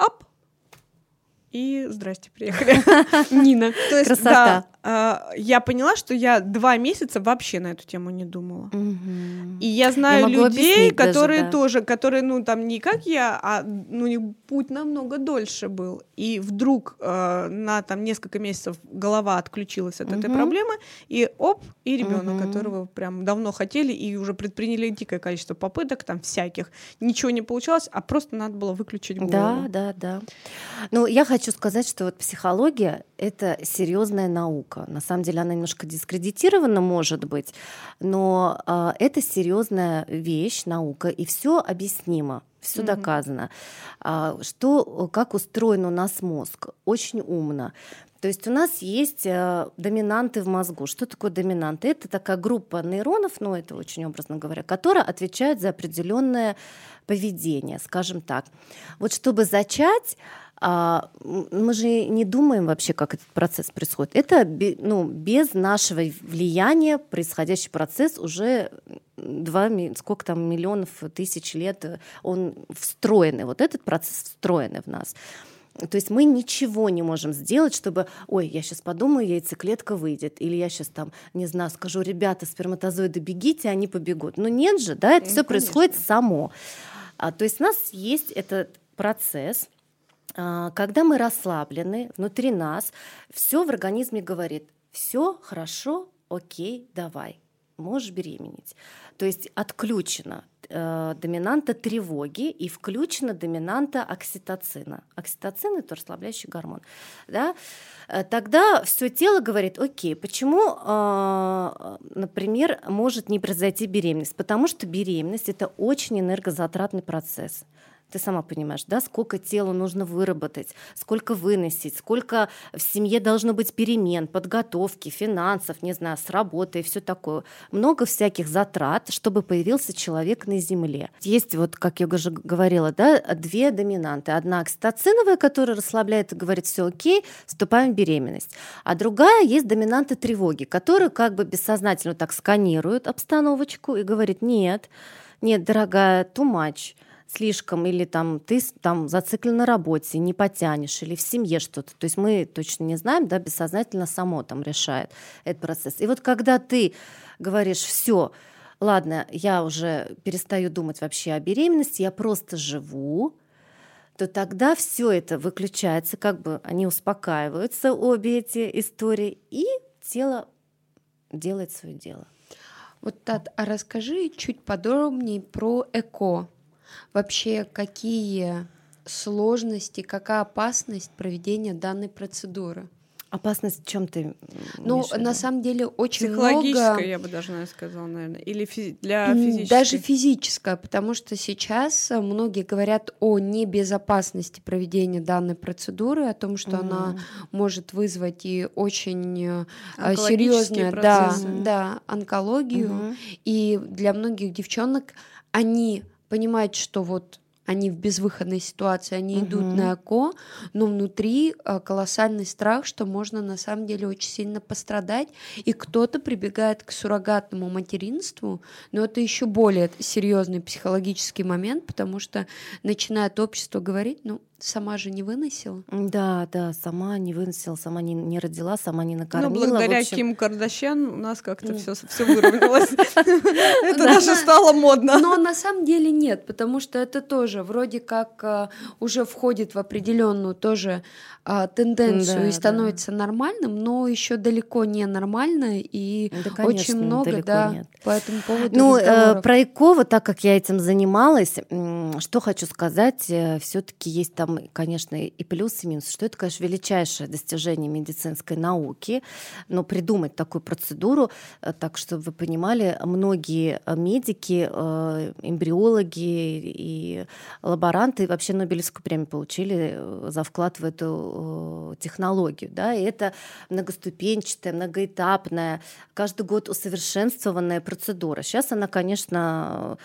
и здрасте, приехали. Нина. То есть, красота. Да, я поняла, что я 2 месяца вообще на эту тему не думала. И я знаю людей, которые тоже, которые, там не как я, а путь намного дольше был. И вдруг на там несколько месяцев голова отключилась от этой проблемы, и и ребенок, которого прям давно хотели, и уже предприняли дикое количество попыток там всяких. Ничего не получалось, а просто надо было выключить голову. Да. Ну, я хочу сказать, что вот психология — это серьезная наука. На самом деле она немножко дискредитирована, может быть, но это серьезная вещь, наука, и все объяснимо. Все доказано. Как устроен у нас мозг? Очень умно. То есть у нас есть доминанты в мозгу. Что такое доминанты? Это такая группа нейронов, это очень образно говоря, которая отвечает за определенное поведение, скажем так. Вот чтобы зачать, мы же не думаем вообще, как этот процесс происходит. Это без нашего влияния происходящий процесс уже миллионов, тысяч лет он встроенный. Вот этот процесс встроенный в нас. То есть мы ничего не можем сделать, чтобы, я сейчас подумаю, яйцеклетка выйдет, или я сейчас скажу, ребята, сперматозоиды, бегите, они побегут. Но нет же, да, это все происходит само. То есть у нас есть этот процесс, когда мы расслаблены, внутри нас все в организме говорит: все хорошо, окей, давай, можешь беременеть. То есть отключена доминанта тревоги и включена доминанта окситоцина. Окситоцин — это расслабляющий гормон. Да? Тогда все тело говорит: окей, почему, например, может не произойти беременность? Потому что беременность — это очень энергозатратный процесс. Ты сама понимаешь, да, сколько телу нужно выработать, сколько выносить, сколько в семье должно быть перемен, подготовки, финансов, с работы и все такое. Много всяких затрат, чтобы появился человек на земле. Есть, как я уже говорила, да, 2 доминанты. Одна окситоциновая, которая расслабляет и говорит: все окей, вступаем в беременность. А другая есть доминанта тревоги, которая как бы бессознательно так сканирует обстановочку и говорит: нет, дорогая, too much. Слишком, или ты зациклен на работе, не потянешь, или в семье что-то. То есть мы точно не знаем, да, бессознательно само решает этот процесс. И вот когда ты говоришь: все, ладно, я уже перестаю думать вообще о беременности, я просто живу, то тогда все это выключается, они успокаиваются, обе эти истории, и тело делает свое дело. Вот, Тат, а расскажи чуть подробнее про ЭКО. Вообще, какие сложности, какая опасность проведения данной процедуры? Опасность в чем ты? Ну, на самом деле, очень психологическая, много... я бы даже сказала, наверное, или для физической? Даже физическая, потому что сейчас многие говорят о небезопасности проведения данной процедуры, о том, что она может вызвать и очень серьезную онкологию. И для многих девчонок они понимают, что вот они в безвыходной ситуации, они идут на ЭКО, но внутри колоссальный страх, что можно на самом деле очень сильно пострадать, и кто-то прибегает к суррогатному материнству, но это еще более серьезный психологический момент, потому что начинает общество говорить, ну, сама же не выносила. Да, сама не выносила, сама не родила, сама не накормила. Ну, благодаря Ким Кардашьян у нас как-то все выровнялось. Это даже стало модно. Но на самом деле нет, потому что это тоже вроде как уже входит в определенную тоже тенденцию и становится нормальным, но еще далеко не нормально, и очень много по этому поводу разговоров. Про ЭКО, вот так как я этим занималась, что хочу сказать, все-таки есть там, конечно, и плюсы, и минусы, что это, конечно, величайшее достижение медицинской науки, но придумать такую процедуру, так чтобы вы понимали, многие медики, эмбриологи и лаборанты вообще Нобелевскую премию получили за вклад в эту технологию, да, и это многоступенчатая, многоэтапная, каждый год усовершенствованная процедура. Сейчас она, конечно,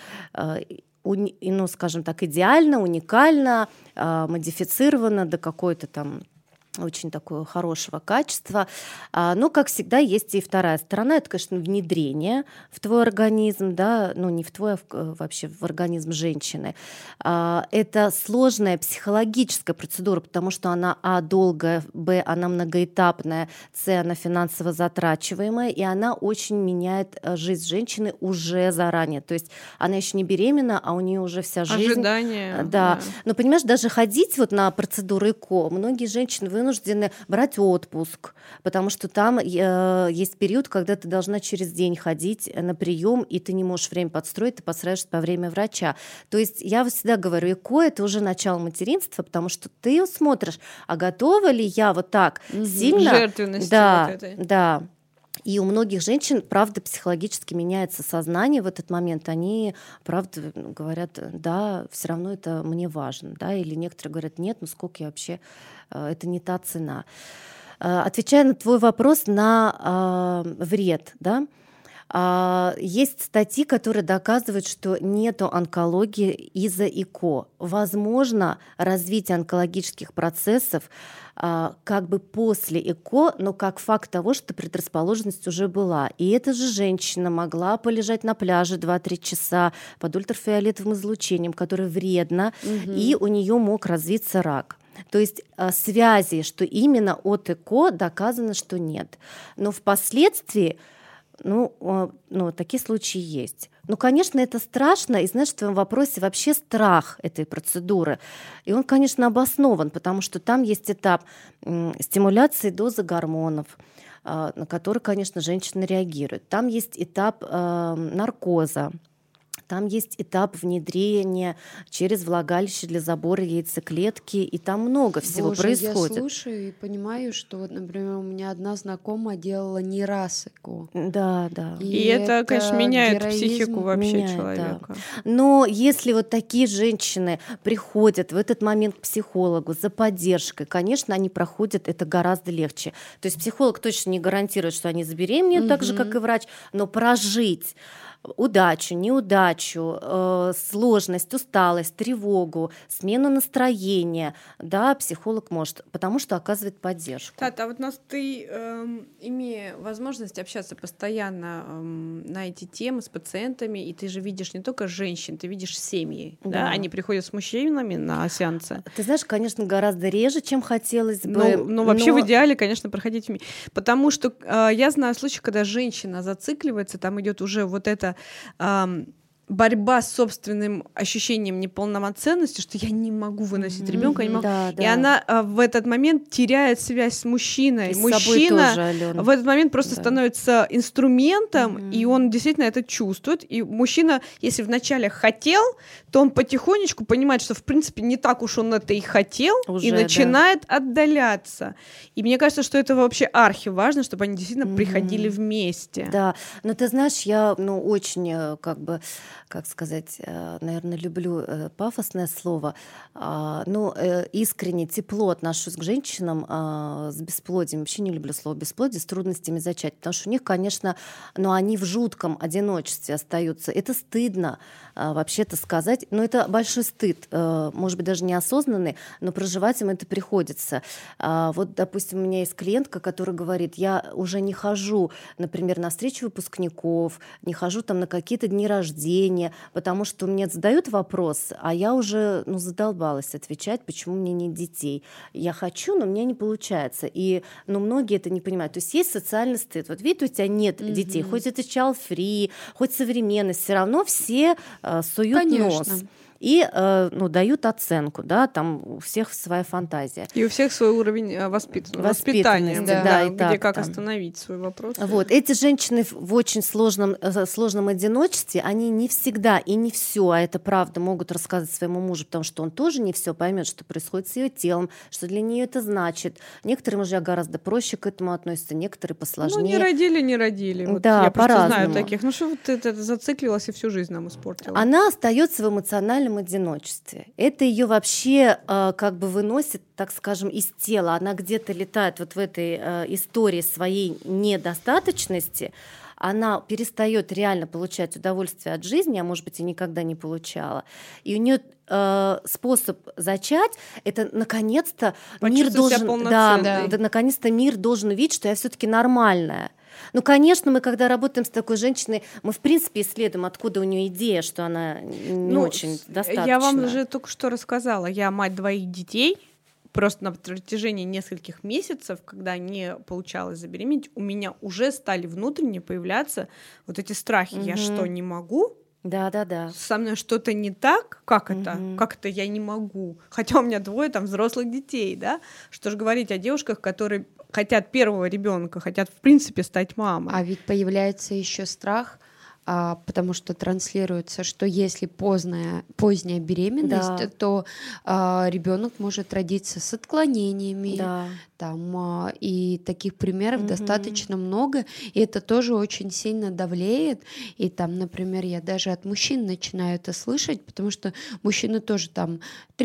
скажем так, идеально, уникально, модифицирована до какой-то там очень такого хорошего качества. Но, как всегда, есть и вторая сторона. Это, конечно, внедрение в твой организм, да, ну не в твой, а вообще в организм женщины. Это сложная психологическая процедура, потому что она, долгая, она многоэтапная, она финансово затрачиваемая, и она очень меняет жизнь женщины уже заранее. То есть она еще не беременна, а у нее уже вся жизнь... Ожидание. Да. Но, понимаешь, даже ходить вот на процедуру ЭКО, многие женщины вынуждены брать отпуск, потому что там есть период, когда ты должна через день ходить на прием, и ты не можешь время подстроить, ты подстраиваешься по время врача. То есть я всегда говорю, ЭКО — это уже начало материнства, потому что ты смотришь, а готова ли я вот так сильно... Жертвенности вот этой. Да. И у многих женщин, правда, психологически меняется сознание в этот момент. Они, правда, говорят, да, все равно это мне важно. Да? Или некоторые говорят, нет, ну сколько я вообще, это не та цена. Отвечая на твой вопрос на вред, да, есть статьи, которые доказывают, что нет онкологии из-за ЭКО. Возможно, развитие онкологических процессов как бы после ЭКО, но как факт того, что предрасположенность уже была. И эта же женщина могла полежать на пляже 2-3 часа под ультрафиолетовым излучением, которое вредно, и у нее мог развиться рак. То есть связи, что именно от ЭКО, доказано, что нет. Но впоследствии такие случаи есть. Ну, конечно, это страшно, и знаешь, в твоем вопросе вообще страх этой процедуры. И он, конечно, обоснован, потому что там есть этап стимуляции дозы гормонов, на который, конечно, женщина реагирует. Там есть этап наркоза. Там есть этап внедрения через влагалище для забора яйцеклетки, и там много всего происходит. Я слушаю и понимаю, что, вот, например, у меня одна знакомая делала не раз ЭКО. Да. И это, конечно, меняет психику вообще человека. Да. Но если вот такие женщины приходят в этот момент к психологу за поддержкой, конечно, они проходят это гораздо легче. То есть психолог точно не гарантирует, что они забеременеют, так же, как и врач, но прожить удачу, неудачу, сложность, усталость, тревогу, смену настроения, да, психолог может, потому что оказывает поддержку. Тата, вот ты, имея возможность общаться постоянно на эти темы с пациентами, и ты же видишь не только женщин, ты видишь семьи, да? Они приходят с мужчинами на сеансы. Ты знаешь, конечно, гораздо реже, чем хотелось бы. Но вообще в идеале, конечно, проходить в семьи. Потому что я знаю случаи, когда женщина зацикливается, там идет уже вот это борьба с собственным ощущением неполноценности, что я не могу выносить ребенка, не могу. Да, и она в этот момент теряет связь с мужчиной. Мужчина тоже, в этот момент просто становится инструментом, и он действительно это чувствует. И мужчина, если вначале хотел, то он потихонечку понимает, что в принципе не так уж он это и хотел, уже, и начинает отдаляться. И мне кажется, что это вообще архиважно, чтобы они действительно приходили вместе. Да, но ты знаешь, я очень как сказать, наверное, люблю пафосное слово, но искренне, тепло отношусь к женщинам с бесплодием. Вообще не люблю слово бесплодие, с трудностями зачать, потому что у них, конечно, они в жутком одиночестве остаются. Это стыдно вообще-то сказать, но это большой стыд, может быть, даже неосознанный, но проживать им это приходится. Вот, допустим, у меня есть клиентка, которая говорит, я уже не хожу, например, на встречи выпускников, не хожу там на какие-то дни рождения, потому что мне задают вопрос, а я уже задолбалась отвечать, почему у меня нет детей. Я хочу, но у меня не получается. И многие это не понимают. То есть социальный стыд. Вот видите, у тебя нет детей, хоть это child-free, хоть современность, все равно все суют нос. И дают оценку, да, там у всех своя фантазия. И у всех свой уровень воспитания, где как остановить свой вопрос. Вот. Эти женщины в очень сложном одиночестве, они не всегда и не все, а это правда, могут рассказать своему мужу, потому что он тоже не все поймет, что происходит с ее телом, что для нее это значит. Некоторые мужья гораздо проще к этому относятся, некоторые посложнее. Не родили. Вот да, я просто по-разному. Знаю таких. Что вот это зациклилась и всю жизнь нам испортила. Она остается в эмоциональном одиночестве. Это ее вообще выносит, так скажем, из тела. Она где-то летает вот в этой истории своей недостаточности. Она перестает реально получать удовольствие от жизни, а может быть и никогда не получала. И у нее способ зачать — это наконец-то мир должен, наконец-то мир должен увидеть, что я все-таки нормальная. Конечно, мы, когда работаем с такой женщиной, мы, в принципе, исследуем, откуда у нее идея, что она не очень достаточна. Я вам уже только что рассказала. Я мать 2 детей. Просто на протяжении нескольких месяцев, когда не получалось забеременеть, у меня уже стали внутренне появляться вот эти страхи. Я что, не могу? Да. Со мной что-то не так? Как это? Как это я не могу? Хотя у меня 2 взрослых детей, да? Что же говорить о девушках, которые хотят первого ребенка, хотят в принципе стать мамой. А ведь появляется еще страх, потому что транслируется, что если поздняя беременность, то ребенок может родиться с отклонениями. Там, и таких примеров достаточно много, и это тоже очень сильно давлеет. И там, например, я даже от мужчин начинаю это слышать, потому что мужчины тоже там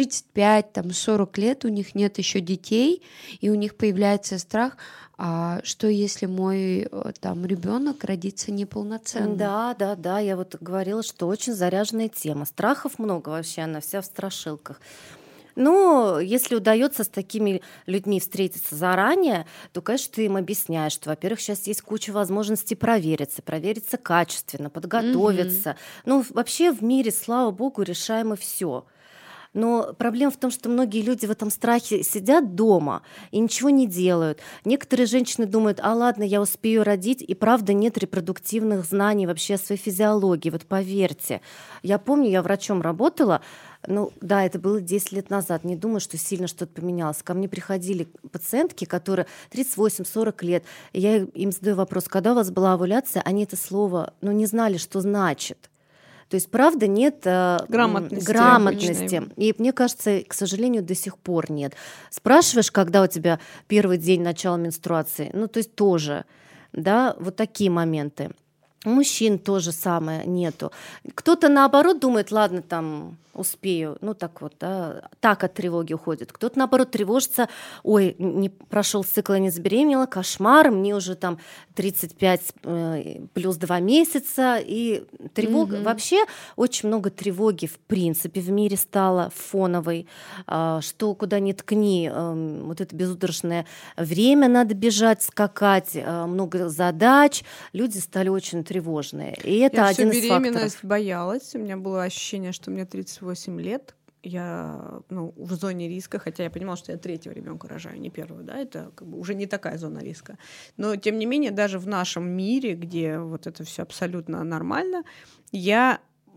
35-40 лет, у них нет еще детей, и у них появляется страх, что если мой ребенок родится неполноценным. Да, я вот говорила, что очень заряженная тема. Страхов много вообще, она вся в страшилках. Но если удается с такими людьми встретиться заранее, то, конечно, ты им объясняешь, что, во-первых, сейчас есть куча возможностей провериться качественно, подготовиться. Вообще в мире, слава богу, решаемо все. Но проблема в том, что многие люди в этом страхе сидят дома и ничего не делают. Некоторые женщины думают, ладно, я успею родить, и правда нет репродуктивных знаний вообще о своей физиологии. Вот поверьте. Я помню, я врачом работала, это было 10 лет назад. Не думаю, что сильно что-то поменялось. Ко мне приходили пациентки, которые 38-40 лет. И я им задаю вопрос, когда у вас была овуляция? Они это слово не знали, что значит. То есть, правда, нет грамотности. И мне кажется, к сожалению, до сих пор нет. Спрашиваешь, когда у тебя первый день начала менструации? То есть тоже, да, вот такие моменты. У мужчин то же самое нету. Кто-то, наоборот, думает, ладно, там успею, так от тревоги уходит. Кто-то, наоборот, тревожится, не прошел цикл, я не забеременела, кошмар, мне уже там 35 плюс 2 месяца, и тревога, вообще очень много тревоги, в принципе, в мире стало фоновой, что куда ни ткни, вот это безудержное время, надо бежать, скакать, много задач, люди стали очень тревожные, и это я один из факторов. Я беременность боялась, у меня было ощущение, что мне 38 лет, я в зоне риска, хотя я понимала, что я 3-го ребенка рожаю, не 1-го, да, это уже не такая зона риска. Но, тем не менее, даже в нашем мире, где вот это все абсолютно нормально, я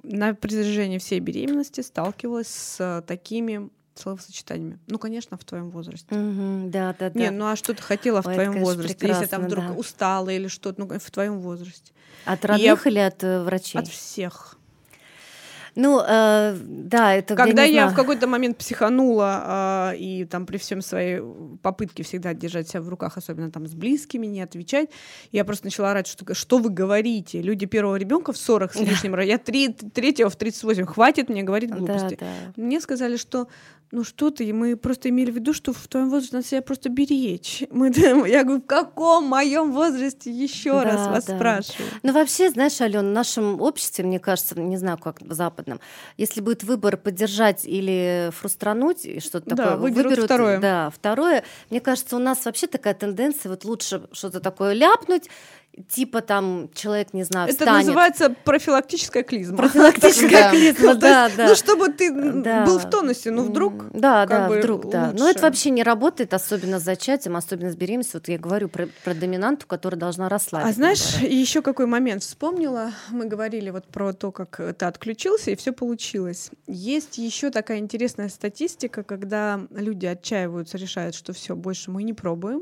на протяжении всей беременности сталкивалась с такими словосочетаниями. Ну, конечно, в твоем возрасте. Да. Не, ну а что ты хотела в твоем возрасте? Если там вдруг да. устала или что-то, ну, в твоем возрасте. От родных или от врачей? От всех. Ну, да, это... Когда я в какой-то момент психанула, и там при всем своей попытке всегда держать себя в руках, особенно там с близкими, не отвечать, я просто начала орать, что вы говорите? Люди первого ребенка в 40 с лишним, я третьего в 38, хватит мне говорить глупости. Да. Мне сказали, что ну что ты, мы просто имели в виду, что в твоем возрасте надо себя просто беречь. Я говорю, в каком моем возрасте еще раз вас спрашиваю? Ну вообще, знаешь, Алёна, в нашем обществе, мне кажется, не знаю, как в западном, если будет выбор поддержать или фрустрануть, и что-то такое, выберут второе. Да, второе. Мне кажется, у нас вообще такая тенденция, вот лучше что-то такое ляпнуть, типа там человек, не знаю, встанет. Это называется профилактическая клизма. Профилактическая клизма, да. Ну, чтобы ты был в тонусе, ну, вдруг. Да, вдруг, да. Но это вообще не работает, особенно с зачатием, особенно с беременностью. Вот я говорю про доминанту, которая должна расслабиться. А знаешь, еще какой момент вспомнила? Мы говорили вот про то, как ты отключился, и все получилось. Есть еще такая интересная статистика, когда люди отчаиваются, решают, что все, больше мы не пробуем,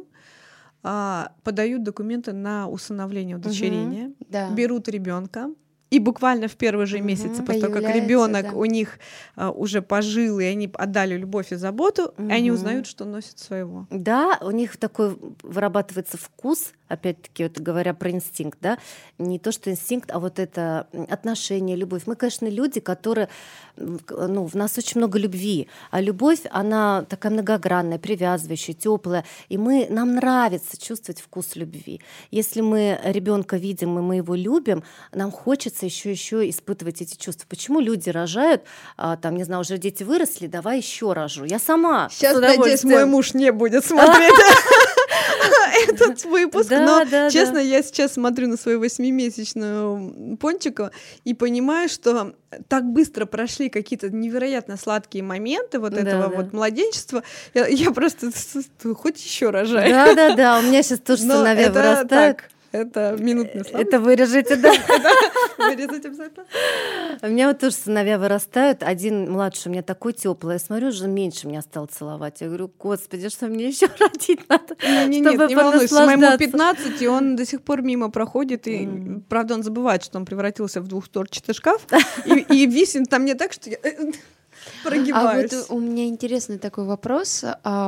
подают документы на усыновление, удочерение, берут ребенка, и буквально в первые же месяцы, после того, как ребенок у них уже пожил, и они отдали любовь и заботу, и они узнают, что носят своего. Да, у них такой вырабатывается вкус, опять-таки, вот говоря про инстинкт, да, не то, что инстинкт, а вот это отношение, любовь. Мы, конечно, люди, которые, ну, в нас очень много любви, а любовь, она такая многогранная, привязывающая, теплая, и нам нравится чувствовать вкус любви. Если мы ребенка видим, и мы его любим, нам хочется еще испытывать эти чувства. Почему люди рожают, там, не знаю, уже дети выросли, давай еще рожу. Я сама. Сейчас, надеюсь, мой муж не будет смотреть этот выпуск, но, честно, я сейчас смотрю на свою 8-месячную Пончику и понимаю, что так быстро прошли какие-то невероятно сладкие моменты вот этого вот младенчества. Я просто хоть еще рожаю. Да, у меня сейчас тоже сыновья вырастают. Это минутная слабость. Это вырежете, да? Вырезать обязательно. У меня вот тоже сыновья вырастают. Один младший у меня такой теплый. Я смотрю, уже меньше меня стал целовать. Я говорю, господи, что мне еще родить надо? Нет, не волнуйся. Моему 15, и он до сих пор мимо проходит. И, правда, он забывает, что он превратился в двухстворчатый шкаф. И висит там не так, что я прогибаюсь. А вот у меня интересный такой вопрос.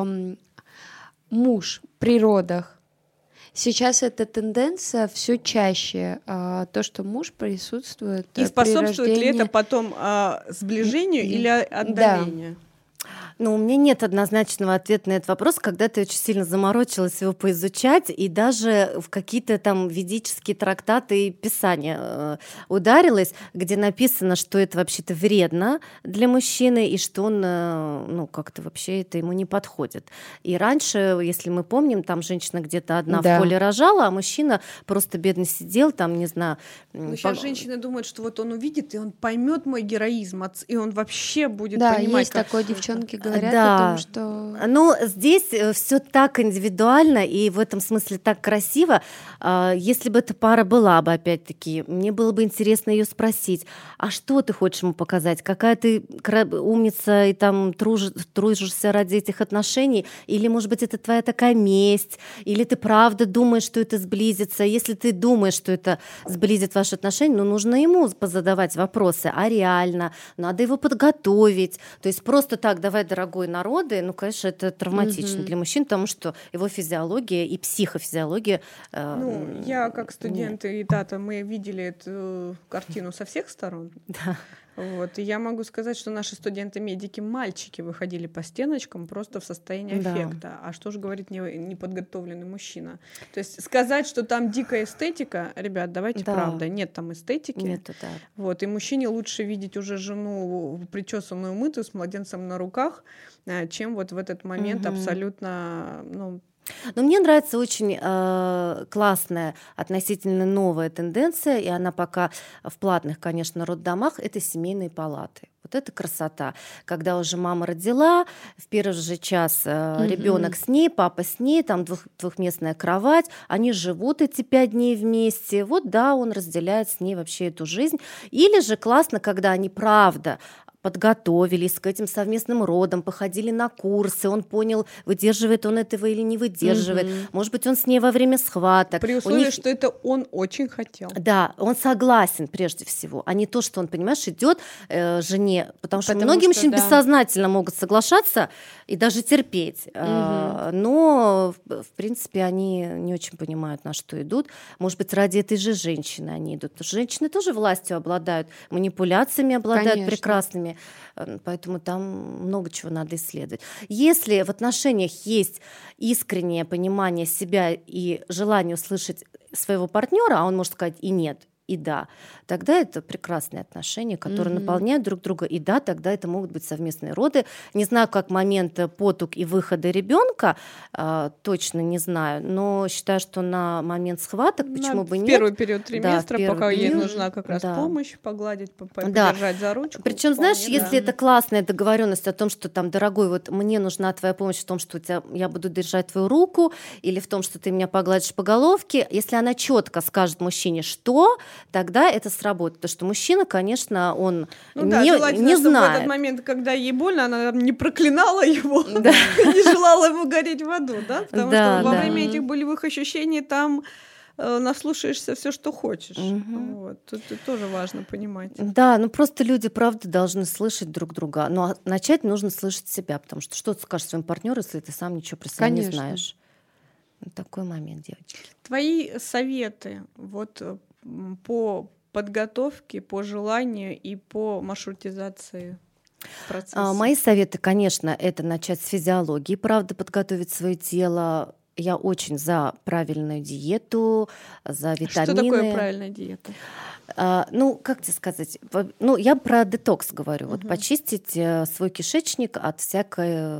Муж при родах. Сейчас эта тенденция все чаще, то, что муж присутствует. И способствует ли это потом сближению или отдалению? Да. Ну, у меня нет однозначного ответа на этот вопрос. Когда-то я очень сильно заморочилась его поизучать, и даже в какие-то там ведические трактаты и писания ударилась, где написано, что это вообще-то вредно для мужчины, и что он, ну, как-то вообще это ему не подходит. И раньше, если мы помним, там женщина где-то одна в поле рожала, а мужчина просто бедно сидел, там, не знаю... Но сейчас женщины думают, что вот он увидит, и он поймет мой героизм, и он вообще будет понимать, есть такое, девчонки говорят о том, что... Ну, здесь все так индивидуально и в этом смысле так красиво. Если бы эта пара была бы, опять-таки, мне было бы интересно ее спросить, а что ты хочешь ему показать? Какая ты умница и там тружишься ради этих отношений? Или, может быть, это твоя такая месть? Или ты правда думаешь, что это сблизится? Если ты думаешь, что это сблизит ваши отношения, ну, нужно ему позадавать вопросы, а реально? Надо его подготовить. То есть просто так, давай, дорогой, народы, ну, конечно, это травматично для мужчин, потому что его физиология и психофизиология... Ну, я как студент и тата, мы видели эту картину со всех сторон. Да. Вот. И я могу сказать, что наши студенты-медики, мальчики, выходили по стеночкам просто в состоянии аффекта. А что же говорит неподготовленный мужчина? То есть сказать, что там дикая эстетика, ребят, давайте правда, нет там эстетики. Нет, да. Вот. И мужчине лучше видеть уже жену причесанную, мытую, с младенцем на руках, чем вот в этот момент абсолютно... Но мне нравится очень классная, относительно новая тенденция, и она пока в платных, конечно, роддомах, это семейные палаты. Вот это красота. Когда уже мама родила, в первый же час ребенок с ней, папа с ней, там двухместная кровать, они живут эти 5 дней вместе. Вот да, он разделяет с ней вообще эту жизнь. Или же классно, когда они правда подготовились к этим совместным родам, походили на курсы, он понял, выдерживает он этого или не выдерживает. Может быть, он с ней во время схваток. При условии, что это он очень хотел. Да, он согласен прежде всего, а не то, что он, понимаешь, идет жене, потому что многие мужчины бессознательно могут соглашаться и даже терпеть, но, в принципе, они не очень понимают, на что идут. Может быть, ради этой же женщины они идут, потому что женщины тоже властью обладают, манипуляциями обладают прекрасными, поэтому там много чего надо исследовать. Если в отношениях есть искреннее понимание себя и желание услышать своего партнера, а он может сказать и нет, и да, тогда это прекрасные отношения, которые наполняют друг друга, и да, тогда это могут быть совместные роды. Не знаю, как момент потуг и выхода ребенка, точно не знаю, но считаю, что на момент схваток, почему бы нет. В первый период триместра, пока ей нужна как раз помощь, погладить, подержать за ручку. Причем, знаешь, если это классная договоренность о том, что там, дорогой, вот мне нужна твоя помощь в том, что я буду держать твою руку, или в том, что ты меня погладишь по головке, если она четко скажет мужчине, что, тогда это сработает. Потому что мужчина, конечно, он не знает. В этот момент, когда ей больно, она не проклинала его, не желала ему гореть в аду, да? Потому что во время этих болевых ощущений там наслушаешься все, что хочешь. Вот. Тут тоже важно понимать. Да, ну просто люди, правда, должны слышать друг друга. Но начать нужно слышать себя, потому что ты скажешь своему партнеру, если ты сам ничего про себя не знаешь. Такой момент, девочки. Твои советы вот по подготовке, по желанию и по маршрутизации процесса? Мои советы, конечно, это начать с физиологии, правда, подготовить свое тело. Я очень за правильную диету, за витамины. Что такое правильная диета? Ну, как тебе сказать? Ну, я про детокс говорю. Вот почистить свой кишечник от всякой,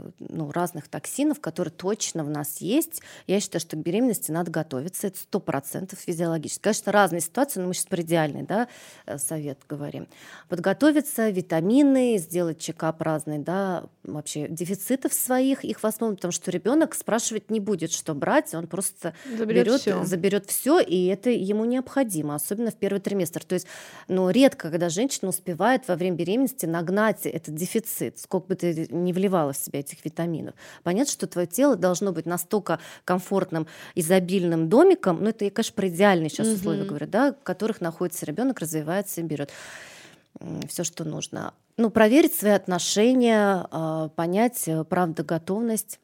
разных токсинов, которые точно в нас есть. Я считаю, что к беременности надо готовиться. Это 100% физиологически. Конечно, разные ситуации, но мы сейчас про идеальный, да, совет говорим. Подготовиться, витамины, сделать чекап разный, да, вообще дефицитов своих, их в основном, потому что ребенок спрашивать не будет, что брать, он просто заберет все, и это ему необходимо, особенно в первый триместр. То есть, редко, когда женщина успевает во время беременности нагнать этот дефицит, сколько бы ты ни вливала в себя этих витаминов. Понятно, что твое тело должно быть настолько комфортным, изобильным домиком, это я, конечно, про идеальные сейчас условия говорю, да, в которых находится ребенок, развивается и берет все, что нужно. Проверить свои отношения, понять, правда, готовность.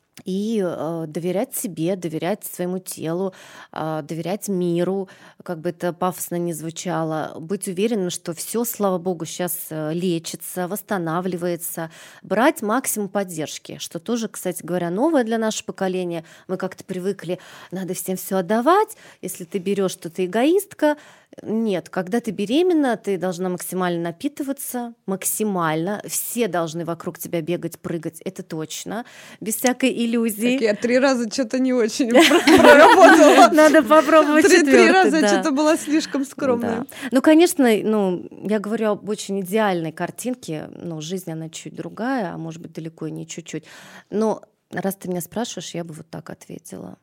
И доверять себе, доверять своему телу, доверять миру, как бы это пафосно ни звучало, быть уверенным, что все, слава богу, сейчас лечится, восстанавливается, брать максимум поддержки, что тоже, кстати говоря, новое для нашего поколения. Мы как-то привыкли, надо всем все отдавать, если ты берешь, то ты эгоистка. Нет, когда ты беременна, ты должна максимально напитываться, максимально. Все должны вокруг тебя бегать, прыгать, это точно, без всякой иллюзии. Так я 3 раза что-то не очень проработала. Надо попробовать 4-й. 3 раза что-то была слишком скромная. Конечно, я говорю об очень идеальной картинке, жизнь, она чуть другая, а может быть, далеко и не чуть-чуть. Но раз ты меня спрашиваешь, я бы вот так ответила.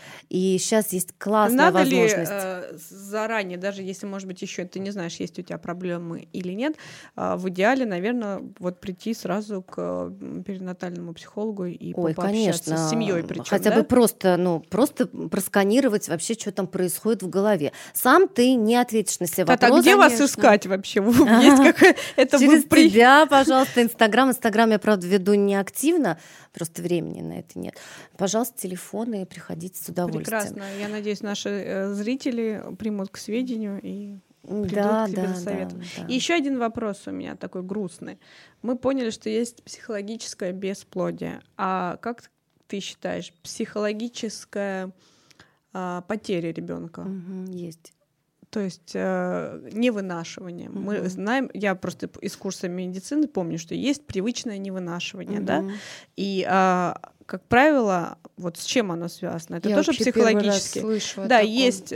И сейчас есть классная возможность. Надо ли заранее, даже если, может быть, еще ты не знаешь, есть у тебя проблемы или нет, в идеале, наверное, вот прийти сразу к перинатальному психологу и пообщаться с семьей, причем, хотя бы просто просканировать вообще, что там происходит в голове. Сам ты не ответишь на все вопросы. А где вас искать вообще? Есть какая-то через тебя, пожалуйста, Инстаграм. Инстаграм я, правда, веду не активно, просто времени на это нет. Пожалуйста, телефоны, приходите с удовольствием. Прекрасно. Я надеюсь, наши зрители примут к сведению и придут к тебе за советом. И еще один вопрос у меня такой грустный. Мы поняли, что есть психологическое бесплодие. А как ты считаешь, психологическая потеря ребенка? Есть. То есть невынашивание. Мы знаем, я просто из курса медицины помню, что есть привычное невынашивание, да, и как правило, вот с чем оно связано? Это Я тоже психологически. Слышу да, есть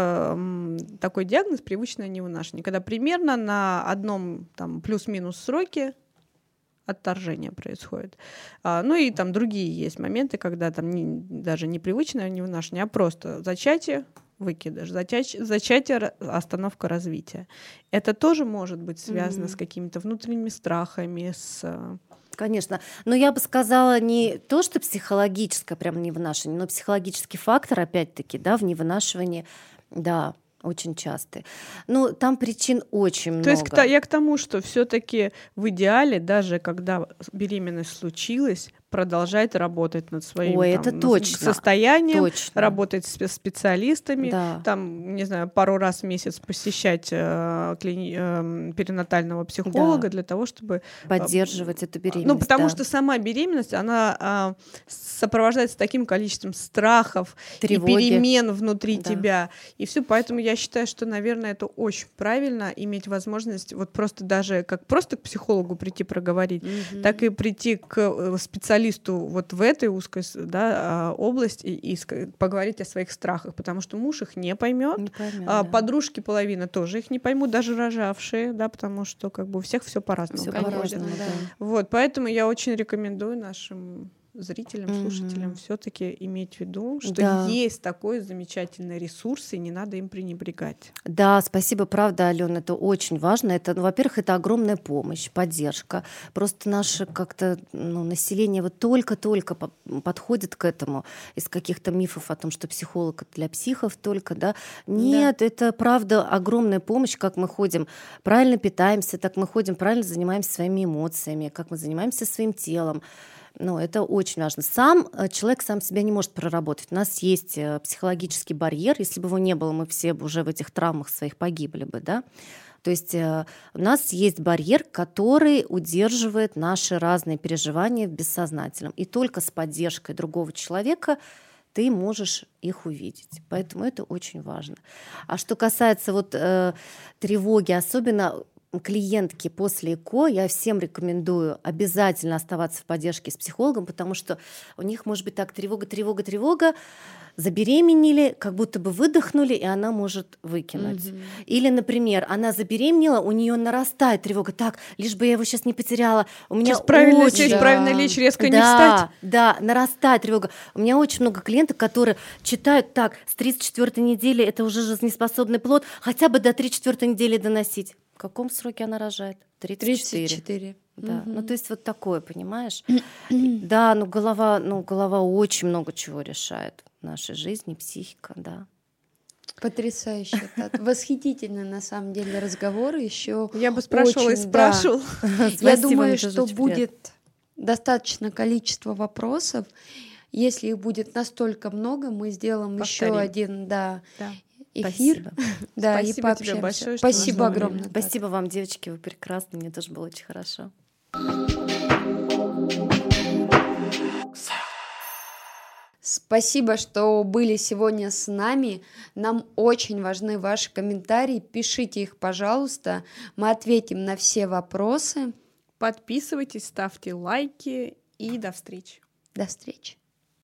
такой диагноз привычное невынашивание, когда примерно на одном там плюс-минус сроке отторжение происходит. Ну и там другие есть моменты, когда там даже не привычное невынашивание, а просто зачатие, выкидыш, зачатие, остановка развития. Это тоже может быть связано с какими-то внутренними страхами, Конечно. Но я бы сказала не то, что психологическое прям невынашивание, но психологический фактор, опять-таки, да, в невынашивании, да, очень частый. Ну, там причин очень много. То есть я к тому, что все-таки в идеале, даже когда беременность случилась, продолжать работать над своим состоянием, работать с специалистами, там, не знаю, пару раз в месяц посещать перинатального психолога для того, чтобы поддерживать эту беременность. Ну, потому что сама беременность, она сопровождается таким количеством страхов, тревоги, и перемен внутри тебя. И все, поэтому я считаю, что, наверное, это очень правильно иметь возможность вот просто даже как просто к психологу прийти проговорить, так и прийти к специалисту вот в этой узкой области и поговорить о своих страхах, потому что муж их не поймет, подружки половина тоже их не поймут, даже рожавшие, да, потому что как бы у всех все по-разному проходит. Вот, поэтому я очень рекомендую нашим зрителям, слушателям все-таки иметь в виду, что есть такой замечательный ресурс, и не надо им пренебрегать. Да, спасибо, правда, Алена, это очень важно. Это, во-первых, это огромная помощь, поддержка. Просто наше как-то население вот только-только подходит к этому из каких-то мифов о том, что психолог для психов только, да. Нет, это правда огромная помощь, как мы ходим, правильно питаемся, так мы ходим, правильно занимаемся своими эмоциями, как мы занимаемся своим телом. Ну, это очень важно. Человек сам себя не может проработать. У нас есть психологический барьер. Если бы его не было, мы все бы уже в этих травмах своих погибли бы, да? То есть у нас есть барьер, который удерживает наши разные переживания в бессознательном. И только с поддержкой другого человека ты можешь их увидеть. Поэтому это очень важно. А что касается тревоги, особенно клиентки после ЭКО, я всем рекомендую обязательно оставаться в поддержке с психологом, потому что у них может быть так: тревога, забеременели, как будто бы выдохнули, и она может выкинуть. Или, например, она забеременела, у нее нарастает тревога, так, лишь бы я его сейчас не потеряла. У меня правильно лечь, резко не встать. Да, нарастает тревога. У меня очень много клиентов, которые читают так: с 34-й недели это уже жизнеспособный плод, хотя бы до 34-й недели доносить. В каком сроке она рожает? 34. Да. Ну, то есть вот такое, понимаешь? Да, голова очень много чего решает в нашей жизни, психика, да. Потрясающе. Восхитительный, на самом деле, разговор. Еще я бы спрашивала и спрашивала. Я думаю, что будет достаточно количество вопросов. Если их будет настолько много, мы сделаем еще один эфир. Да, спасибо и пообщаемся. тебе большое. Спасибо огромное. Спасибо вам, девочки, вы прекрасны. Мне тоже было очень хорошо. Спасибо, что были сегодня с нами. Нам очень важны ваши комментарии. Пишите их, пожалуйста. Мы ответим на все вопросы. Подписывайтесь, ставьте лайки и до встречи. До встречи.